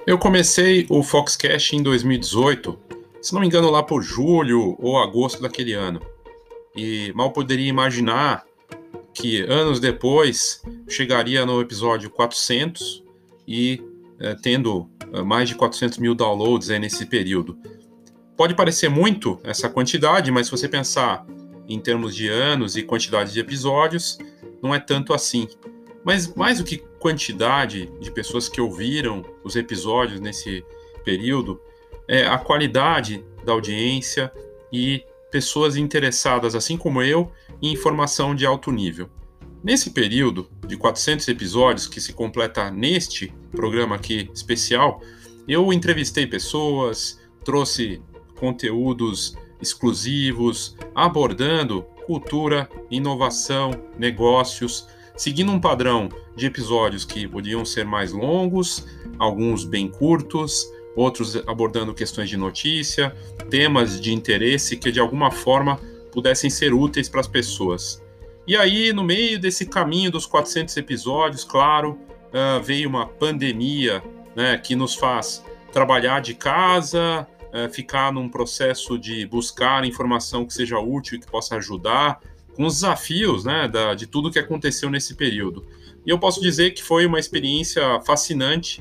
Eu comecei o Foxcast em 2018, se não me engano lá por julho ou agosto daquele ano. E mal poderia imaginar que anos depois chegaria no episódio 400 e tendo mais de 400 mil downloads nesse período. Pode parecer muito essa quantidade, mas se você pensar em termos de anos e quantidade de episódios, não é tanto assim. Mas mais do que quantidade de pessoas que ouviram os episódios nesse período, é a qualidade da audiência e pessoas interessadas, assim como eu, em informação de alto nível. Nesse período de 400 episódios que se completa neste programa aqui especial, eu entrevistei pessoas, trouxe conteúdos exclusivos, abordando cultura, inovação, negócios, seguindo um padrão de episódios que podiam ser mais longos, alguns bem curtos, outros abordando questões de notícia, temas de interesse que de alguma forma pudessem ser úteis para as pessoas. E aí, no meio desse caminho dos 400 episódios, claro, veio uma pandemia, né, que nos faz trabalhar de casa, ficar num processo de buscar informação que seja útil e que possa ajudar, com os desafios, né, de tudo que aconteceu nesse período. E eu posso dizer que foi uma experiência fascinante.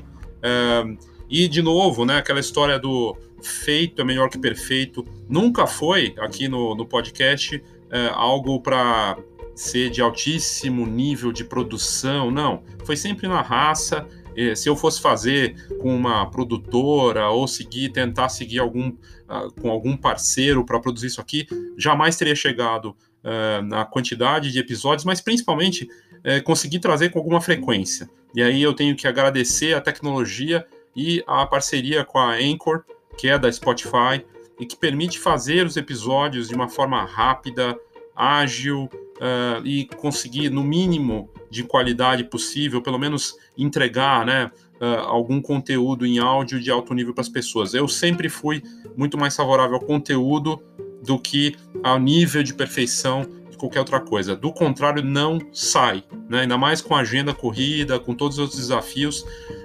E, de novo, né, aquela história do feito é melhor que perfeito, nunca foi, aqui no podcast, algo para ser de altíssimo nível de produção, não. Foi sempre na raça. Se eu fosse fazer com uma produtora ou tentar seguir com algum parceiro para produzir isso aqui, jamais teria chegado na quantidade de episódios, mas principalmente conseguir trazer com alguma frequência. E aí eu tenho que agradecer a tecnologia e a parceria com a Anchor, que é da Spotify, e que permite fazer os episódios de uma forma rápida, ágil, e conseguir, no mínimo de qualidade possível, pelo menos entregar, né, algum conteúdo em áudio de alto nível para as pessoas. Eu sempre fui muito mais favorável ao conteúdo do que ao nível de perfeição de qualquer outra coisa. Do contrário, não sai, né? Ainda mais com a agenda corrida, com todos os outros desafios.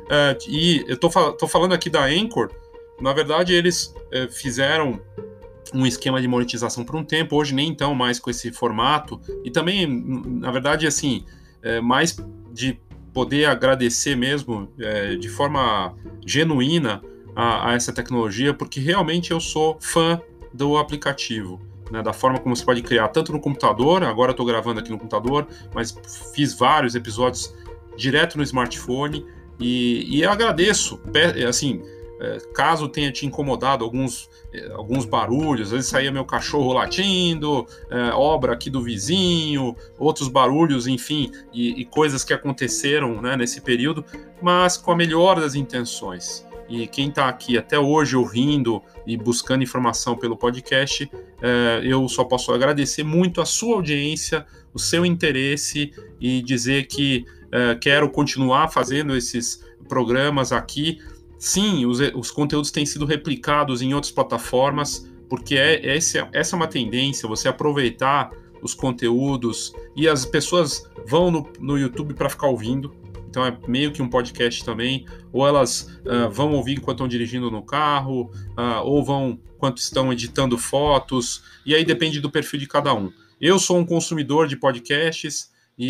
E eu tô falando aqui da Anchor. Na verdade, eles fizeram um esquema de monetização por um tempo, hoje nem então mais com esse formato, e também, na verdade, assim, mais de poder agradecer mesmo de forma genuína a essa tecnologia, porque realmente eu sou fã do aplicativo, né, da forma como você pode criar tanto no computador, agora eu estou gravando aqui no computador, mas fiz vários episódios direto no smartphone, e eu agradeço, assim, caso tenha te incomodado alguns barulhos, às vezes saía meu cachorro latindo, obra aqui do vizinho, outros barulhos, enfim, e coisas que aconteceram, né, nesse período, mas com a melhor das intenções. E quem está aqui até hoje ouvindo e buscando informação pelo podcast, eu só posso agradecer muito a sua audiência, o seu interesse, e dizer que quero continuar fazendo esses programas aqui. Sim, os conteúdos têm sido replicados em outras plataformas, porque essa é uma tendência, você aproveitar os conteúdos, e as pessoas vão no YouTube para ficar ouvindo, então é meio que um podcast também, ou elas vão ouvir enquanto estão dirigindo no carro, ou vão enquanto estão editando fotos, e aí depende do perfil de cada um. Eu sou um consumidor de podcasts,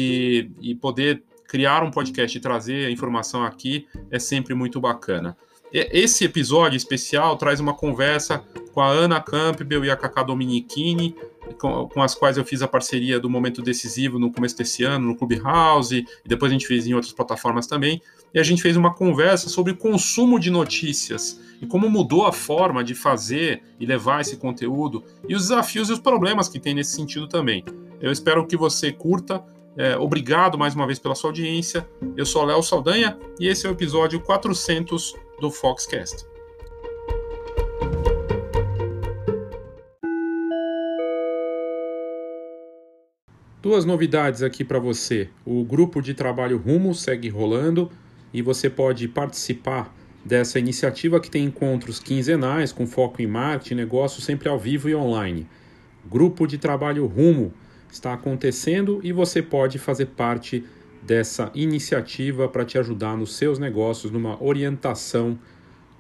e poder criar um podcast e trazer a informação aqui é sempre muito bacana. Esse episódio especial traz uma conversa com a Ana Campbell e a Cacá Dominichini, com as quais eu fiz a parceria do Momento Decisivo no começo desse ano, no Clubhouse, e depois a gente fez em outras plataformas também, e a gente fez uma conversa sobre consumo de notícias, e como mudou a forma de fazer e levar esse conteúdo, e os desafios e os problemas que tem nesse sentido também. Eu espero que você curta. Obrigado mais uma vez pela sua audiência. Eu sou Léo Saldanha e esse é o episódio 400 do Foxcast. Duas novidades aqui para você. O grupo de trabalho Rumo segue rolando e você pode participar dessa iniciativa que tem encontros quinzenais com foco em marketing e negócio, sempre ao vivo e online. Grupo de trabalho Rumo está acontecendo e você pode fazer parte dessa iniciativa para te ajudar nos seus negócios, numa orientação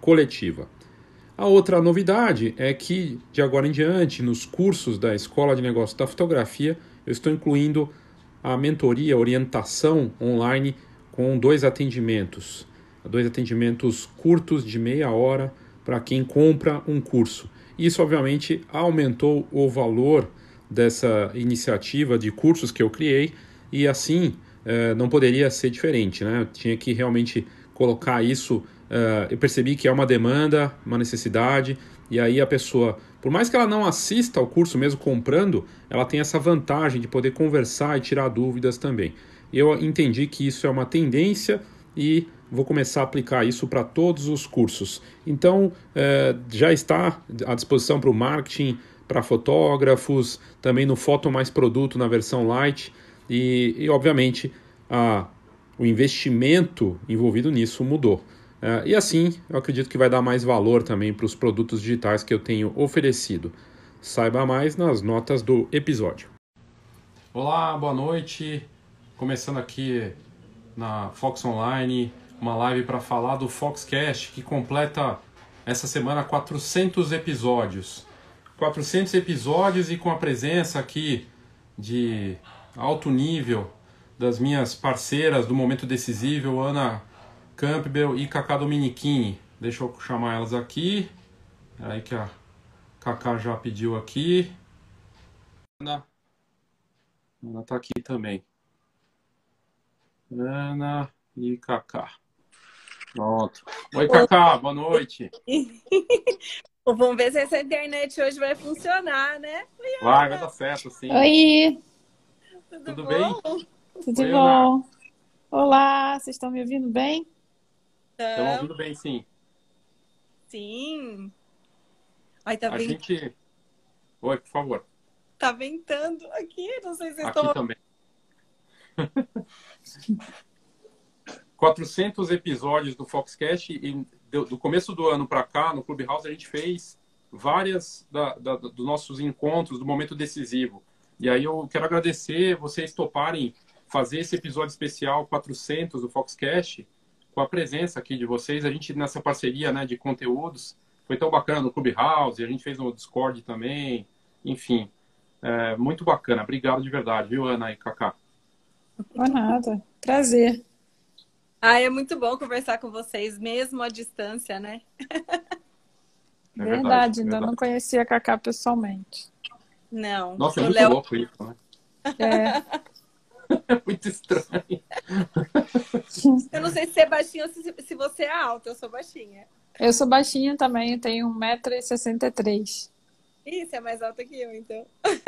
coletiva. A outra novidade é que, de agora em diante, nos cursos da Escola de Negócios da Fotografia, eu estou incluindo a mentoria, a orientação online com 2 atendimentos. 2 atendimentos curtos de meia hora para quem compra um curso. Isso, obviamente, aumentou o valor dessa iniciativa de cursos que eu criei e, assim, não poderia ser diferente, né? Eu tinha que realmente colocar isso. Eu percebi que é uma demanda, uma necessidade, e aí a pessoa, por mais que ela não assista ao curso mesmo comprando, ela tem essa vantagem de poder conversar e tirar dúvidas também. Eu entendi que isso é uma tendência e vou começar a aplicar isso para todos os cursos. Então, já está à disposição para o marketing, para fotógrafos, também no Foto Mais Produto na versão Lite, e obviamente, o investimento envolvido nisso mudou. E assim, eu acredito que vai dar mais valor também para os produtos digitais que eu tenho oferecido. Saiba mais nas notas do episódio. Olá, boa noite. Começando aqui na Fox Online, uma live para falar do Foxcast, que completa essa semana 400 episódios. 400 episódios e com a presença aqui de alto nível das minhas parceiras do Momento Decisivo, Ana Campbell e Cacá Dominichini. Deixa eu chamar elas aqui. Aí que a Cacá já pediu aqui. Ana tá aqui também. Ana e Cacá. Pronto. Oi, Cacá, boa noite. Vamos ver se essa internet hoje vai funcionar, né? Vai dar certo, sim. Oi, Tudo bem? tudo Oi, bom? Ana. Olá, vocês estão me ouvindo bem? Estamos ouvindo bem, sim. Sim. Ai, tá A gente... Oi, por favor. Tá ventando aqui, não sei se vocês Aqui estão... também. 400 episódios do Foxcast e do começo do ano para cá, no Clubhouse, a gente fez várias dos nossos encontros do Momento Decisivo. E aí eu quero agradecer vocês toparem fazer esse episódio especial 400 do Foxcast com a presença aqui de vocês. A gente, nessa parceria, né, de conteúdos, foi tão bacana no Clubhouse, a gente fez no Discord também, enfim, muito bacana. Obrigado de verdade, viu, Ana e Cacá? Por nada, prazer. É muito bom conversar com vocês, mesmo à distância, né? Verdade, ainda não conhecia a Cacá pessoalmente. Não. Nossa, é muito louco isso, né? É muito estranho. Eu não sei se você é baixinha ou se você é alta. Eu sou baixinha. Eu sou baixinha também, eu tenho 1,63 m. Ih, você é mais alta que eu, então.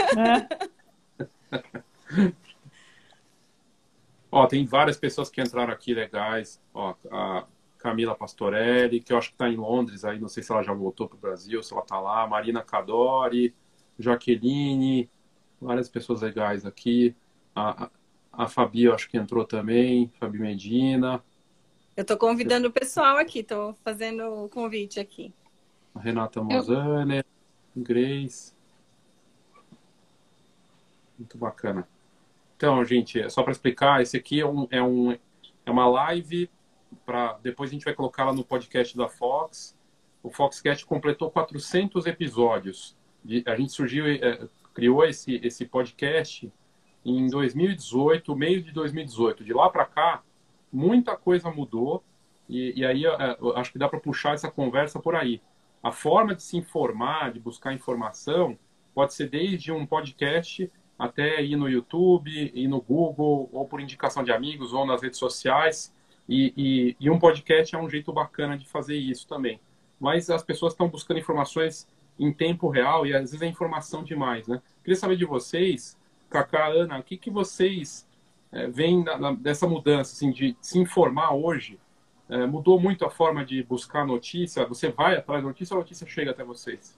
Ó, tem várias pessoas que entraram aqui legais. Ó, a Camila Pastorelli, que eu acho que está em Londres, aí não sei se ela já voltou para o Brasil, se ela está lá. Marina Cadori, Jaqueline, várias pessoas legais aqui. A Fabi, eu acho que entrou também, Fabi Medina. Eu tô convidando o pessoal aqui, tô fazendo o convite aqui. A Renata Mozane, Grace. Muito bacana. Então, gente, só para explicar, esse aqui é uma live, depois a gente vai colocá-la no podcast da Fox. O Foxcast completou 400 episódios. A gente criou esse podcast em 2018, meio de 2018. De lá para cá, muita coisa mudou e aí eu acho que dá para puxar essa conversa por aí. A forma de se informar, de buscar informação, pode ser desde um podcast até ir no YouTube, ir no Google, ou por indicação de amigos, ou nas redes sociais. E um podcast é um jeito bacana de fazer isso também. Mas as pessoas estão buscando informações em tempo real e às vezes é informação demais, né? Queria saber de vocês, Cacá, Ana, o que vocês veem dessa mudança, assim, de se informar hoje? Mudou muito a forma de buscar notícia? Você vai atrás da notícia ou a notícia chega até vocês?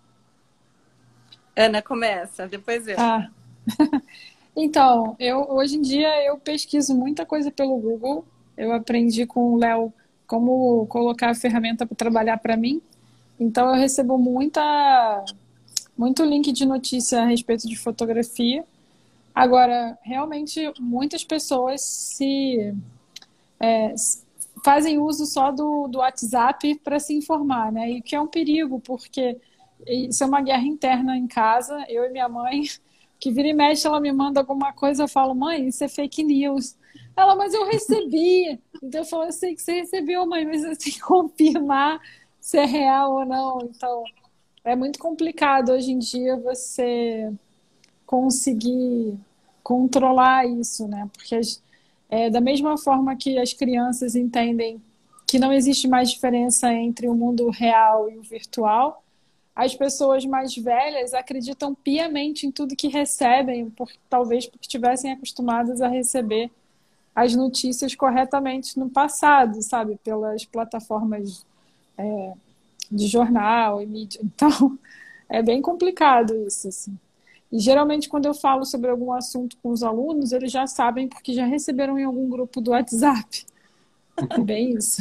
Ana, começa, depois eu. Então, hoje em dia eu pesquiso muita coisa pelo Google. Eu aprendi com o Léo como colocar a ferramenta para trabalhar para mim. Então eu recebo muito link de notícia a respeito de fotografia. Agora, realmente, muitas pessoas fazem uso só do WhatsApp para se informar, né? E que é um perigo, porque isso é uma guerra interna em casa, eu e minha mãe, que vira e mexe, ela me manda alguma coisa, eu falo, mãe, isso é fake news. Ela, mas eu recebi. Então eu falo, eu sei que você recebeu, mãe, mas você tem que confirmar se é real ou não. Então, é muito complicado hoje em dia você conseguir controlar isso, né? Porque da mesma forma que as crianças entendem que não existe mais diferença entre o mundo real e o virtual, as pessoas mais velhas acreditam piamente em tudo que recebem, talvez porque estivessem acostumadas a receber as notícias corretamente no passado, sabe? Pelas plataformas de jornal e mídia. Então, é bem complicado isso, assim. E geralmente, quando eu falo sobre algum assunto com os alunos, eles já sabem porque já receberam em algum grupo do WhatsApp. É bem isso.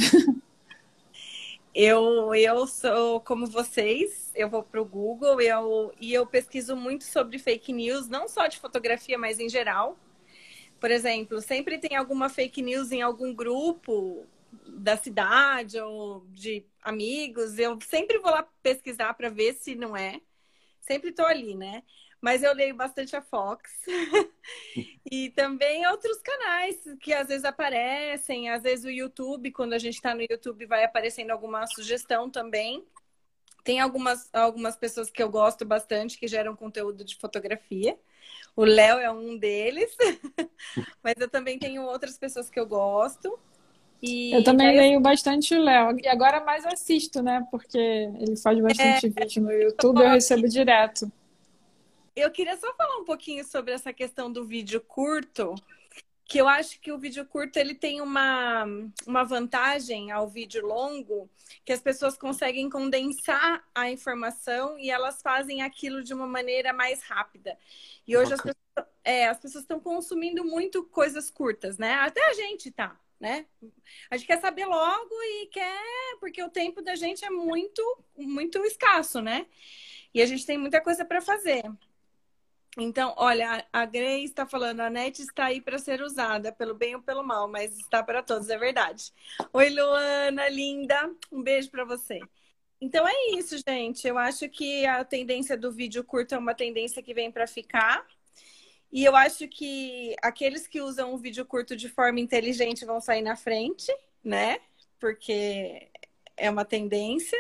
Eu sou como vocês, eu vou para o Google e eu pesquiso muito sobre fake news, não só de fotografia, mas em geral. Por exemplo, sempre tem alguma fake news em algum grupo da cidade ou de amigos. Eu sempre vou lá pesquisar para ver se não é. Sempre estou ali, né? Mas eu leio bastante a Fox e também outros canais que às vezes aparecem, às vezes o YouTube, quando a gente está no YouTube, vai aparecendo alguma sugestão também. Tem algumas pessoas que eu gosto bastante que geram conteúdo de fotografia. O Léo é um deles, mas eu também tenho outras pessoas que eu gosto. Eu também Daí, leio bastante o Léo. E agora mais assisto, né? Porque ele faz bastante vídeo no YouTube, eu recebo direto. eu queria só falar um pouquinho sobre essa questão do vídeo curto, que eu acho que o vídeo curto ele tem uma vantagem ao vídeo longo, que as pessoas conseguem condensar a informação e elas fazem aquilo de uma maneira mais rápida. E hoje as pessoas estão consumindo muito coisas curtas, né? Até a gente tá, né? A gente quer saber logo e quer, porque o tempo da gente é muito, muito escasso, né? E a gente tem muita coisa para fazer. Então, olha, a Grace está falando, a net está aí para ser usada, pelo bem ou pelo mal, mas está para todos, é verdade. Oi, Luana, linda, um beijo para você. Então é isso, gente. Eu acho que a tendência do vídeo curto é uma tendência que vem para ficar. E eu acho que aqueles que usam o vídeo curto de forma inteligente vão sair na frente, né? Porque é uma tendência.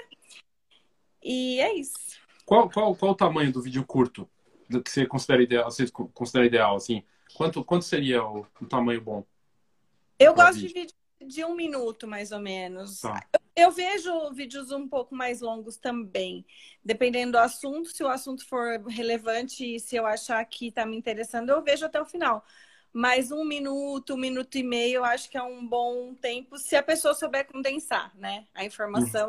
E é isso. Qual o tamanho do vídeo curto que você considera ideal, assim? Quanto seria o tamanho bom? Eu gosto de vídeo de 1 minuto, mais ou menos. Tá. Eu vejo vídeos um pouco mais longos também, dependendo do assunto. Se o assunto for relevante e se eu achar que está me interessando, eu vejo até o final. Mas 1 minuto, 1 minuto e meio, eu acho que é um bom tempo se a pessoa souber condensar, né? A informação.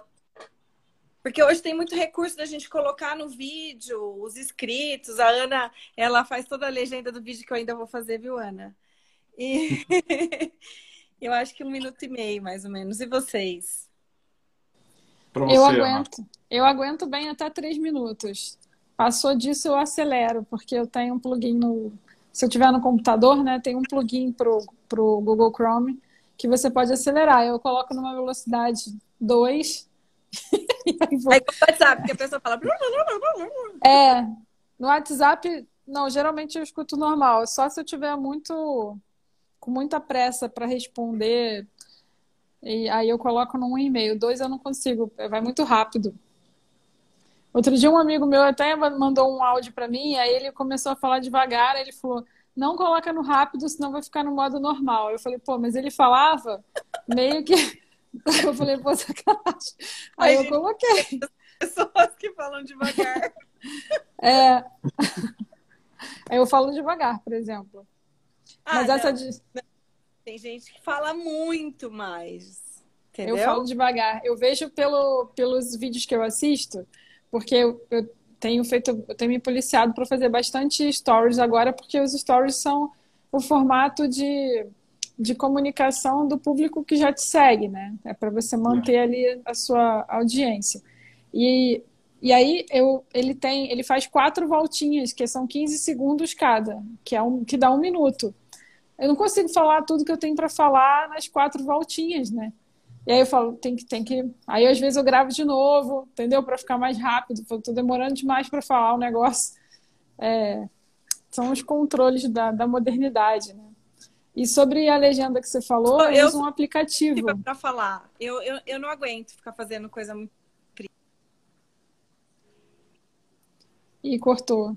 Porque hoje tem muito recurso da gente colocar no vídeo, os inscritos. A Ana, ela faz toda a legenda do vídeo que eu ainda vou fazer, viu, Ana? E eu acho que 1 minuto e meio, mais ou menos. E vocês? Pra você, Eu aguento bem até 3 minutos. Passou disso, eu acelero, porque eu tenho um plugin no. Se eu tiver no computador, né, tem um plugin pro Google Chrome que você pode acelerar. Eu coloco numa velocidade 2. Aí no WhatsApp, que a pessoa fala. No WhatsApp, não, geralmente eu escuto normal. Só se eu tiver com muita pressa para responder. E aí eu coloco no 1,5. 2 eu não consigo, vai muito rápido. Outro dia um amigo meu até mandou um áudio para mim, aí ele começou a falar devagar, aí ele falou, não coloca no rápido, senão vai ficar no modo normal. Eu falei, pô, mas ele falava meio que... Eu falei, pô, sacanagem. Aí eu coloquei. Pessoas que falam devagar. Aí eu falo devagar, por exemplo. Mas tem gente que fala muito mais. Entendeu? Eu falo devagar. Eu vejo pelos vídeos que eu assisto, porque eu tenho me policiado para fazer bastante stories agora, porque os stories são o formato de comunicação do público que já te segue, né? É para você manter ali a sua audiência. E aí ele faz 4 voltinhas, que são 15 segundos cada, que dá 1 minuto. eu não consigo falar tudo que eu tenho para falar nas 4 voltinhas, né? E aí eu falo, tem que... Aí às vezes eu gravo de novo, entendeu? Para ficar mais rápido. Tô demorando demais para falar o negócio. São os controles da modernidade, né? E sobre a legenda que você falou, eu uso um aplicativo. Para falar, eu não aguento ficar fazendo coisa muito... E cortou.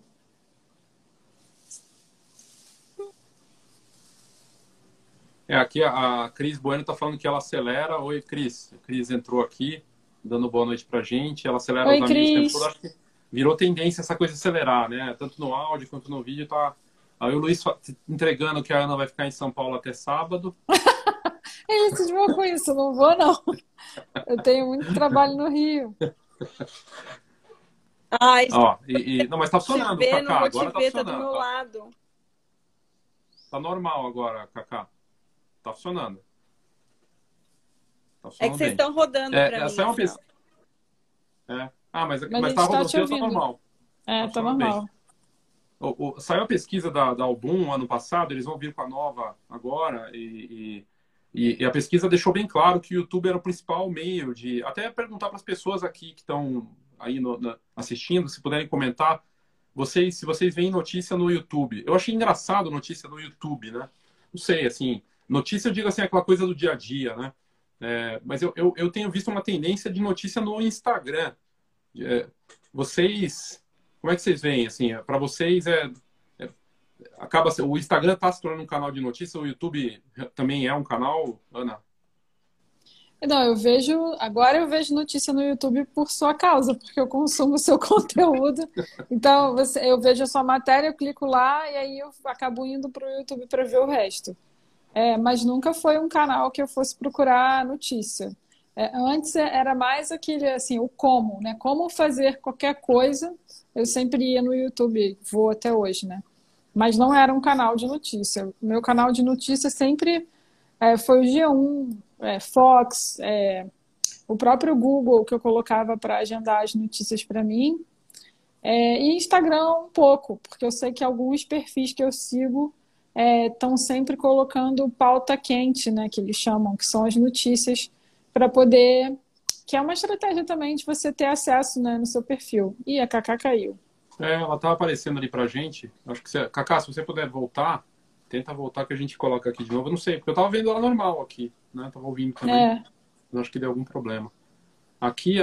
Aqui a Cris Bueno está falando que ela acelera. Oi, Cris. A Cris entrou aqui, dando boa noite pra gente. Ela acelera Oi, os amigos o tempo Cris. todo. Acho que virou tendência essa coisa de acelerar, né? Tanto no áudio quanto no vídeo. Tá... Aí o Luiz entregando que a Ana vai ficar em São Paulo até sábado. É isso, de boa com isso. Eu não vou, não. Eu tenho muito trabalho no Rio. Ai, Ó, não, mas tá funcionando, não Cacá. vou Agora te tá ver, tá do funcionando. meu lado. Tá normal agora, Cacá. Tá funcionando. Tá É funcionando que vocês bem. estão rodando pra mim. Essa é uma assim, pesquisa. Ah, Mas mas a tá gente tá rodando, o te teu tá ouvindo. normal. Tá funcionando bem. normal. Saiu a pesquisa da Album ano passado, eles vão vir com a nova agora, e a pesquisa deixou bem claro que o YouTube era o principal meio de... Até perguntar para as pessoas aqui que estão aí assistindo, se puderem comentar, se vocês veem notícia no YouTube. Eu achei engraçado notícia no YouTube, né? Não sei, assim, notícia eu digo assim, aquela coisa do dia a dia, né? Mas eu tenho visto uma tendência de notícia no Instagram. Vocês... Como é que vocês veem? Assim, para vocês o Instagram está se tornando um canal de notícia, o YouTube também é um canal, Ana? Não, agora eu vejo notícia no YouTube por sua causa, porque eu consumo o seu conteúdo. Então, eu vejo a sua matéria, eu clico lá e aí eu acabo indo para o YouTube para ver o resto. Mas nunca foi um canal que eu fosse procurar notícia. Antes era mais aquele, assim, o como, né? Como fazer qualquer coisa. Eu sempre ia no YouTube, vou até hoje, né? Mas não era um canal de notícia. O meu canal de notícia sempre foi o G1, Fox, o próprio Google, que eu colocava para agendar as notícias para mim. E Instagram um pouco, porque eu sei que alguns perfis que eu sigo estão sempre colocando pauta quente, né? Que eles chamam, que são as notícias para poder... Que é uma estratégia também de você ter acesso, né, no seu perfil. E a Cacá caiu. Ela tá aparecendo ali pra gente. Acho que Cacá, se você puder voltar, tenta voltar que a gente coloca aqui de novo. Eu não sei, porque eu tava vendo ela normal aqui, né? Tava ouvindo também. Eu acho que deu algum problema. Aqui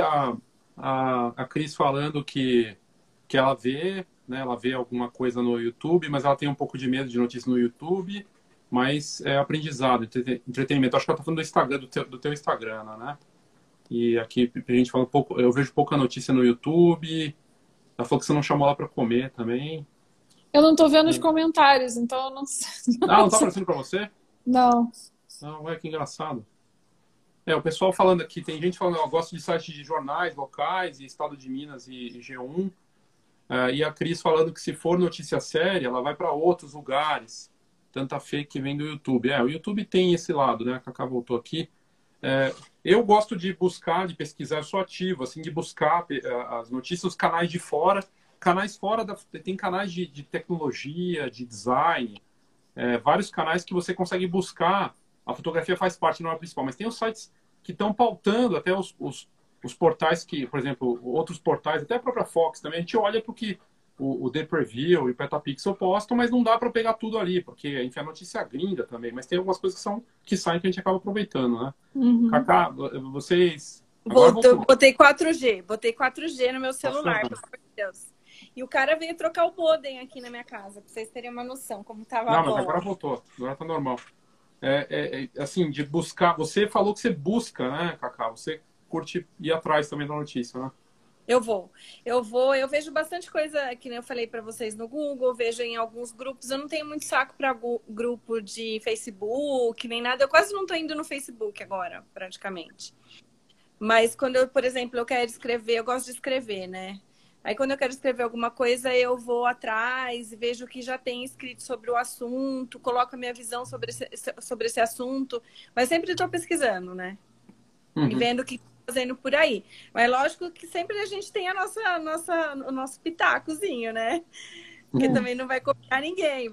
a Cris falando que ela vê, né? Ela vê alguma coisa no YouTube, mas ela tem um pouco de medo de notícias no YouTube. Mas é aprendizado, entretenimento. Acho que ela tá falando do Instagram, do teu Instagram, né? E aqui a gente fala um pouco, eu vejo pouca notícia no YouTube. Ela falou que você não chamou ela para comer também. Eu não tô vendo os comentários, então eu não sei. Não tá aparecendo para você? Não. Não, que engraçado. O pessoal falando aqui, tem gente falando, eu gosto de sites de jornais locais, e Estado de Minas e G1. E a Cris falando que se for notícia séria, ela vai para outros lugares. Tanta fake que vem do YouTube. O YouTube tem esse lado, né? A Cacá voltou aqui. Eu gosto de buscar, de pesquisar, eu sou ativo, assim, de buscar as notícias dos canais de fora. Canais fora, tem canais de tecnologia, de design, vários canais que você consegue buscar. A fotografia faz parte, não é a principal, mas tem os sites que estão pautando, até os portais que, por exemplo, outros portais, até a própria Fox também, a gente olha para o que o The Preview e o Petapixel postam, mas não dá para pegar tudo ali, porque, enfim, a notícia é gringa também, mas tem algumas coisas que saem que a gente acaba aproveitando, né? Uhum. Cacá, vocês... Botei 4G no meu celular, pelo amor de Deus. E o cara veio trocar o modem aqui na minha casa, pra vocês terem uma noção como tava Não, mas agora voltou, agora tá normal. Assim, de buscar... Você falou que você busca, né, Cacá? Você curte ir atrás também da notícia, né? Eu vejo bastante coisa, que nem eu falei para vocês no Google, vejo em alguns grupos. Eu não tenho muito saco para grupo de Facebook, nem nada. Eu quase não tô indo no Facebook agora, praticamente. Mas quando eu, por exemplo, eu quero escrever, eu gosto de escrever, né? Aí quando eu quero escrever alguma coisa, eu vou atrás e vejo o que já tem escrito sobre o assunto, coloco a minha visão sobre esse assunto, mas sempre estou pesquisando, né? E vendo o que fazendo por aí. Mas lógico que sempre a gente tem o nosso pitacozinho, né? Porque também não vai copiar ninguém,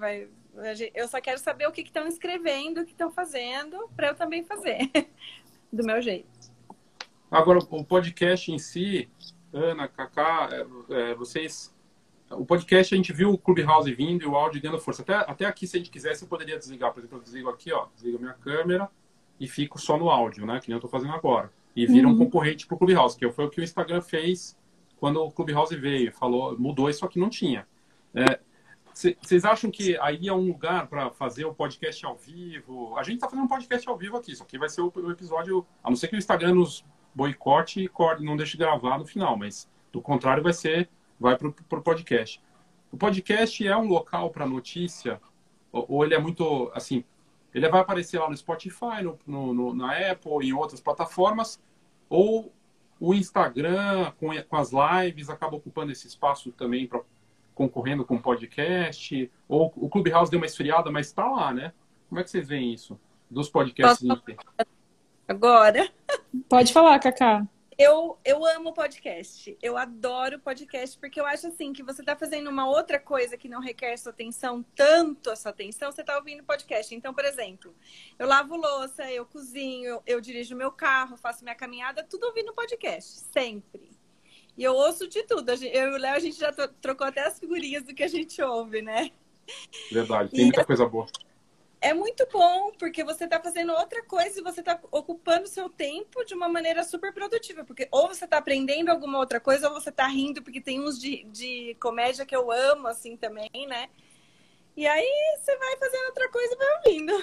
Eu só quero saber o que estão escrevendo, o que estão fazendo, para eu também fazer, do meu jeito. Agora, o podcast em si, Ana, Cacá, vocês... O podcast, a gente viu o Clubhouse vindo e o áudio ganhando força. Até aqui, se a gente quisesse, eu poderia desligar. Por exemplo, eu desligo aqui, ó, desligo a minha câmera e fico só no áudio, né? Que nem eu tô fazendo agora. E vira um concorrente pro Clubhouse, que foi o que o Instagram fez quando o Clubhouse veio. Falou, mudou isso aqui, não tinha. Vocês acham que aí é um lugar para fazer o podcast ao vivo? A gente está fazendo um podcast ao vivo aqui, isso aqui vai ser o episódio, a não ser que o Instagram nos boicote e não deixe gravar no final, mas do contrário vai para o podcast. O podcast é um local para notícia, ou ele é muito, assim, ele vai aparecer lá no Spotify, na Apple, em outras plataformas, ou o Instagram, com as lives, acaba ocupando esse espaço também para concorrendo com podcast, ou o Clubhouse deu uma esfriada, mas está lá, né? Como é que vocês veem isso? Dos podcasts em si? Agora. Pode falar, Cacá. Eu amo podcast. Eu adoro podcast, porque eu acho assim que você está fazendo uma outra coisa que não requer sua atenção, tanto a sua atenção, você está ouvindo podcast. Então, por exemplo, eu lavo louça, eu cozinho, eu dirijo meu carro, faço minha caminhada, tudo ouvindo podcast, sempre. E eu ouço de tudo. Eu e o Léo, a gente já trocou até as figurinhas do que a gente ouve, né? Verdade, tem muita coisa boa. É muito bom, porque você está fazendo outra coisa e você está ocupando seu tempo de uma maneira super produtiva. Porque ou você está aprendendo alguma outra coisa, ou você está rindo, porque tem uns de comédia que eu amo, assim, também, né? E aí você vai fazendo outra coisa e vai ouvindo.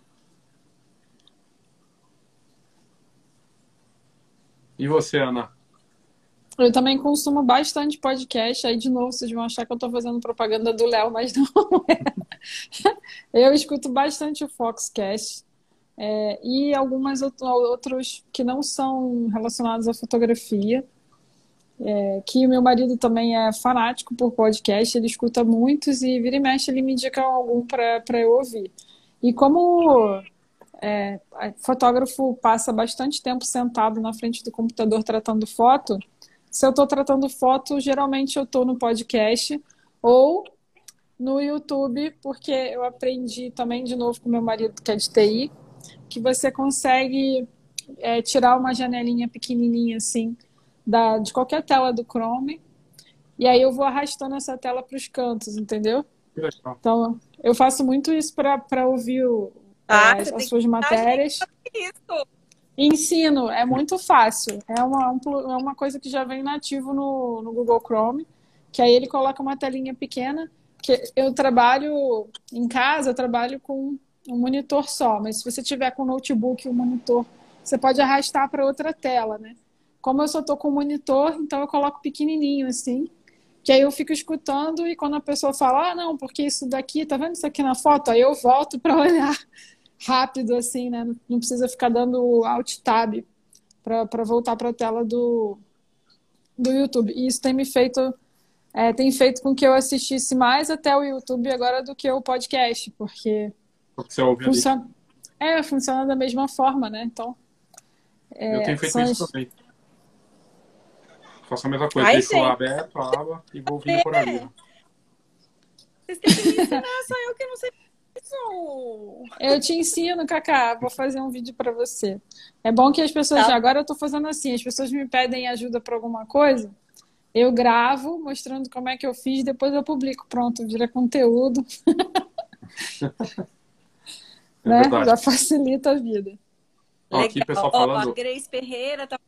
E você, Ana? Eu também consumo bastante podcast. Aí, de novo, vocês vão achar que eu estou fazendo propaganda do Léo, mas não é. Eu escuto bastante o Foxcast e algumas outros que não são relacionados à fotografia. Que o meu marido também é fanático por podcast. Ele escuta muitos e vira e mexe ele me indica algum para eu ouvir. E como fotógrafo passa bastante tempo sentado na frente do computador tratando foto, se eu estou tratando foto, geralmente eu estou no podcast ou no YouTube, porque eu aprendi também, de novo, com meu marido, que é de TI, que você consegue tirar uma janelinha pequenininha, assim, de qualquer tela do Chrome, e aí eu vou arrastando essa tela para os cantos, entendeu? Então, eu faço muito isso para ouvir as suas matérias. Isso. Ensino, é muito fácil. É uma coisa que já vem nativo no Google Chrome, que aí ele coloca uma telinha pequena, que eu trabalho em casa, eu trabalho com um monitor só, mas se você tiver com o notebook e o monitor, você pode arrastar para outra tela, né? Como eu só estou com o monitor, então eu coloco pequenininho assim, que aí eu fico escutando e quando a pessoa fala, não, porque isso daqui, tá vendo isso aqui na foto? Aí eu volto para olhar rápido, assim, né? Não precisa ficar dando Alt Tab para voltar para a tela do YouTube. E isso tem feito com que eu assistisse mais até o YouTube agora do que o podcast, porque funciona da mesma forma, né? Então, eu tenho feito isso também. Faço a mesma coisa, deixo lá aberto, a aba e vou ouvindo por ali. Vocês têm que me ensinar, só eu que não sei. Eu te ensino, Cacá. Vou fazer um vídeo para você. É bom que as pessoas... Agora eu estou fazendo assim. As pessoas me pedem ajuda para alguma coisa. Eu gravo mostrando como é que eu fiz. Depois eu publico. Pronto, vira conteúdo. Né? Já facilita a vida. Ó, aqui, pessoal falando... a Grace Ferreira tá...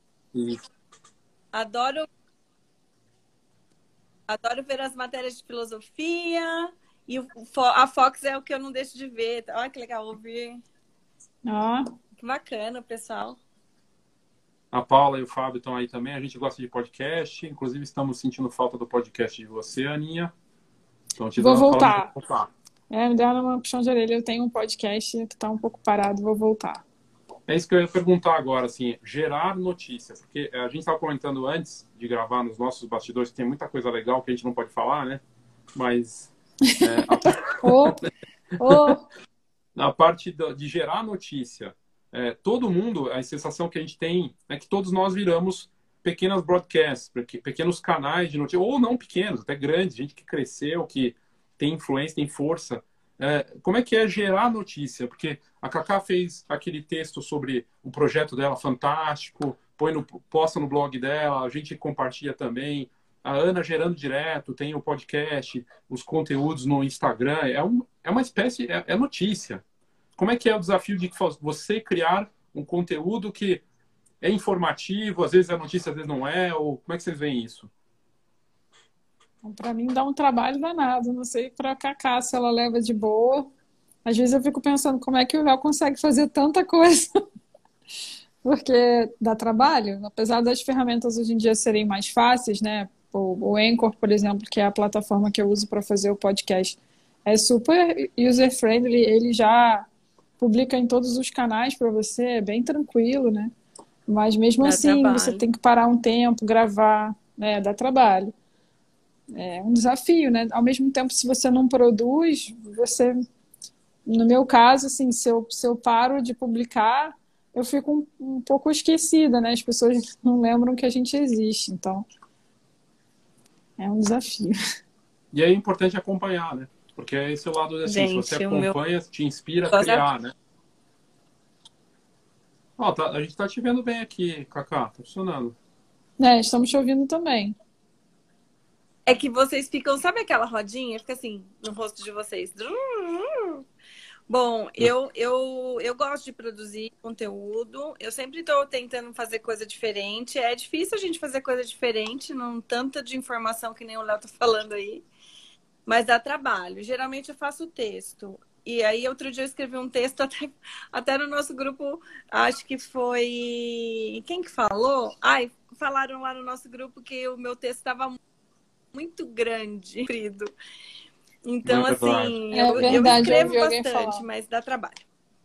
Adoro ver as matérias de filosofia... E a Fox é o que eu não deixo de ver. Olha que legal ouvir. Que bacana, pessoal. A Paula e o Fábio estão aí também. A gente gosta de podcast. Inclusive, estamos sentindo falta do podcast de você, Aninha. Então, vou voltar. Me deram uma puxão de orelha. Eu tenho um podcast que está um pouco parado. Vou voltar. É isso que eu ia perguntar agora, assim, gerar notícias. Porque a gente estava comentando antes de gravar nos nossos bastidores que tem muita coisa legal que a gente não pode falar, né? Mas... Na parte de gerar notícia, todo mundo, a sensação que a gente tem é que todos nós viramos pequenas broadcasts, pequenos canais de notícia, ou não pequenos, até grandes, gente que cresceu, que tem influência, tem força. como é que é gerar notícia? Porque a Cacá fez aquele texto sobre o projeto dela fantástico, posta no blog dela, a gente compartilha também. A Ana gerando direto, tem o podcast, os conteúdos no Instagram. É uma espécie, é notícia. Como é que é o desafio de você criar um conteúdo que é informativo, às vezes é notícia, às vezes não é? Ou como é que vocês veem isso? Para mim dá um trabalho danado. Não sei para a Cacá se ela leva de boa. Às vezes eu fico pensando como é que o Léo consegue fazer tanta coisa. Porque dá trabalho. Apesar das ferramentas hoje em dia serem mais fáceis, né? O Anchor, por exemplo, que é a plataforma que eu uso para fazer o podcast, é super user-friendly. Ele já publica em todos os canais para você, é bem tranquilo, né? Mas mesmo assim, você tem que parar um tempo, gravar, né? Dá trabalho. É um desafio, né? Ao mesmo tempo, se você não produz, você... No meu caso, assim, se eu paro de publicar, eu fico um pouco esquecida, né? As pessoas não lembram que a gente existe, então é um desafio. E é importante acompanhar, né? Porque é esse o lado assim, se você acompanha, te inspira a criar, né? Ó, a gente tá te vendo bem aqui, Cacá, tá funcionando. Estamos te ouvindo também. É que vocês ficam, sabe aquela rodinha? Fica assim, no rosto de vocês. Bom, eu gosto de produzir conteúdo. Eu sempre estou tentando fazer coisa diferente. É difícil a gente fazer coisa diferente, não tanta de informação que nem o Léo tá falando aí. Mas dá trabalho. Geralmente eu faço texto. E aí, outro dia eu escrevi um texto até no nosso grupo, acho que foi... Quem que falou? Ai, falaram lá no nosso grupo que o meu texto estava muito grande, comprido. Então, assim, eu escrevo bastante, mas dá trabalho.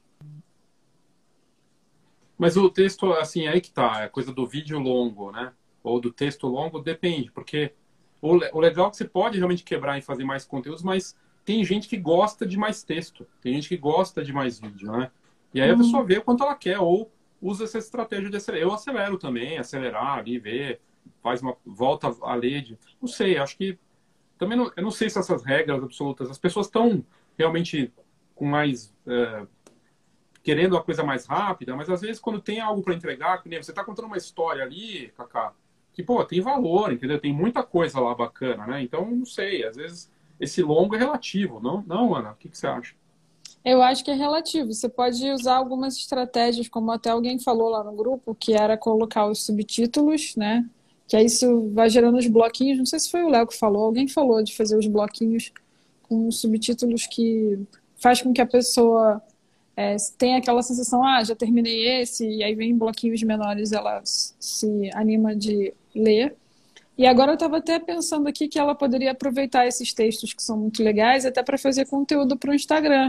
Mas o texto, assim, aí que tá, é coisa do vídeo longo, né? Ou do texto longo, depende, porque o legal é que você pode realmente quebrar e fazer mais conteúdos, mas tem gente que gosta de mais texto, tem gente que gosta de mais vídeo, né? E aí a pessoa vê o quanto ela quer, ou usa essa estratégia de acelerar. Eu acelero também, acelerar ali, ver, volta a ler. Não sei, acho que também eu não sei se essas regras absolutas, as pessoas estão realmente com mais querendo a coisa mais rápida, mas às vezes quando tem algo para entregar, que nem você está contando uma história ali, Cacá, que pô, tem valor, entendeu? Tem muita coisa lá bacana, né? Então não sei, às vezes esse longo é relativo, não, Ana? O que você acha? Eu acho que é relativo. Você pode usar algumas estratégias, como até alguém falou lá no grupo, que era colocar os subtítulos, né? Que aí isso vai gerando os bloquinhos. Não sei se foi o Léo que falou, alguém falou de fazer os bloquinhos com os subtítulos que faz com que a pessoa tenha aquela sensação, já terminei esse, e aí vem bloquinhos menores, ela se anima de ler. E agora eu estava até pensando aqui que ela poderia aproveitar esses textos que são muito legais até para fazer conteúdo para o Instagram.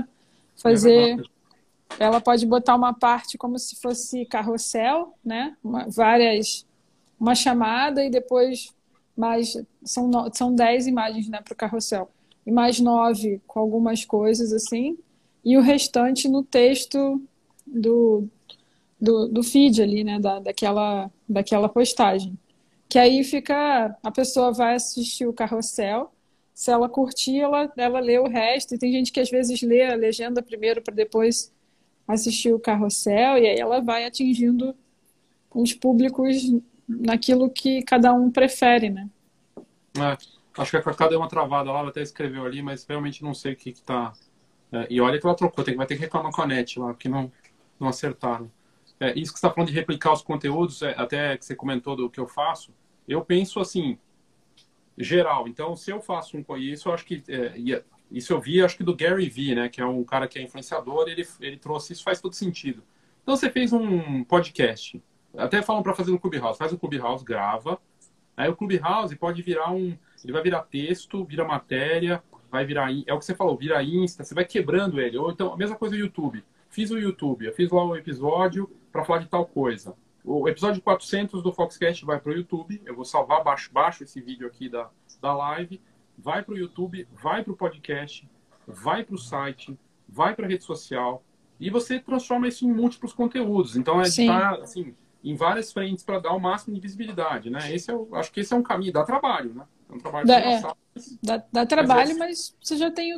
Ela pode botar uma parte como se fosse carrossel, né? Uma chamada e depois são 10 imagens, né, para o carrossel. E mais 9 com algumas coisas assim. E o restante no texto do feed ali, né? Daquela postagem. Que aí a pessoa vai assistir o carrossel. Se ela curtir, ela lê o resto. E tem gente que às vezes lê a legenda primeiro para depois assistir o carrossel. E aí ela vai atingindo os públicos naquilo que cada um prefere, né? Acho que a Cacá deu uma travada lá, ela até escreveu ali, mas realmente não sei o que tá... e olha que ela trocou, vai ter que reclamar com a NET lá, que não acertaram. Isso que você está falando de replicar os conteúdos, até que você comentou do que eu faço, eu penso assim, geral. Então, se eu faço isso, eu acho que... isso eu vi, acho que do Gary Vee, né? Que é um cara que é influenciador, ele trouxe isso, faz todo sentido. Então, você fez um podcast, até falam para fazer no Clubhouse, faz o Clubhouse, grava, aí o Clubhouse pode virar ele vai virar texto, vira matéria, vai virar... É o que você falou, vira Insta, você vai quebrando ele. Ou então, a mesma coisa do YouTube. Fiz o YouTube, eu fiz lá um episódio para falar de tal coisa. O episódio 400 do Foxcast vai para o YouTube, eu vou salvar, baixo esse vídeo aqui da live, vai para o YouTube, vai para o podcast, vai para o site, vai para a rede social, e você transforma isso em múltiplos conteúdos. Então, editar, assim, em várias frentes para dar o máximo de visibilidade, né? Acho que esse é um caminho, dá trabalho, né? É um trabalho dá trabalho, mas você já tem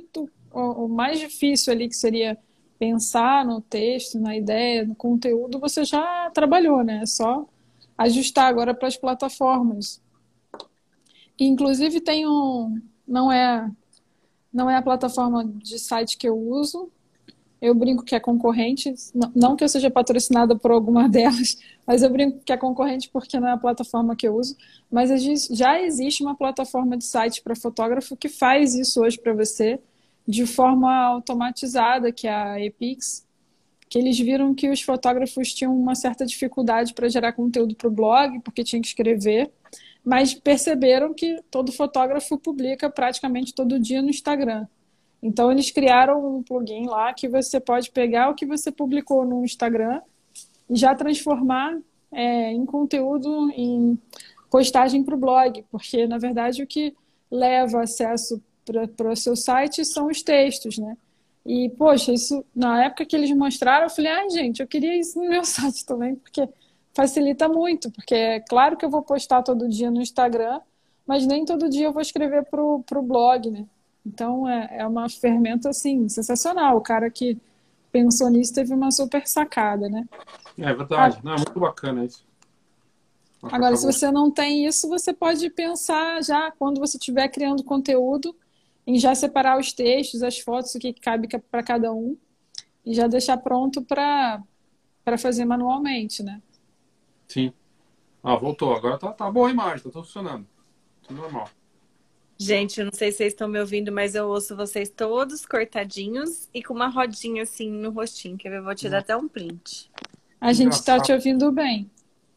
o mais difícil ali, que seria pensar no texto, na ideia, no conteúdo, você já trabalhou, né? É só ajustar agora para as plataformas. E, inclusive, tem um... Não é a plataforma de site que eu uso. Eu brinco que é concorrente, não que eu seja patrocinada por alguma delas, mas eu brinco que é concorrente porque não é a plataforma que eu uso. Mas já existe uma plataforma de site para fotógrafo que faz isso hoje para você de forma automatizada, que é a Epix, que eles viram que os fotógrafos tinham uma certa dificuldade para gerar conteúdo para o blog, porque tinha que escrever, mas perceberam que todo fotógrafo publica praticamente todo dia no Instagram. Então, eles criaram um plugin lá que você pode pegar o que você publicou no Instagram e já transformar em conteúdo, em postagem para o blog, porque, na verdade, o que leva acesso para o seu site são os textos, né? E, poxa, isso, na época que eles mostraram, eu falei, ai, gente, eu queria isso no meu site também, porque facilita muito, porque é claro que eu vou postar todo dia no Instagram, mas nem todo dia eu vou escrever para o blog, né? Então, é uma ferramenta, assim, sensacional. O cara que pensou nisso teve uma super sacada, né? É verdade. Não, é muito bacana isso. Agora, se você não tem isso, você pode pensar já, quando você estiver criando conteúdo, em já separar os textos, as fotos, o que cabe para cada um, e já deixar pronto para fazer manualmente, né? Sim. Voltou. Agora tá boa a imagem, tá tudo funcionando. Tudo normal. Gente, eu não sei se vocês estão me ouvindo, mas eu ouço vocês todos cortadinhos e com uma rodinha assim no rostinho. Quer ver? Eu vou tirar até um print. A gente está te ouvindo bem.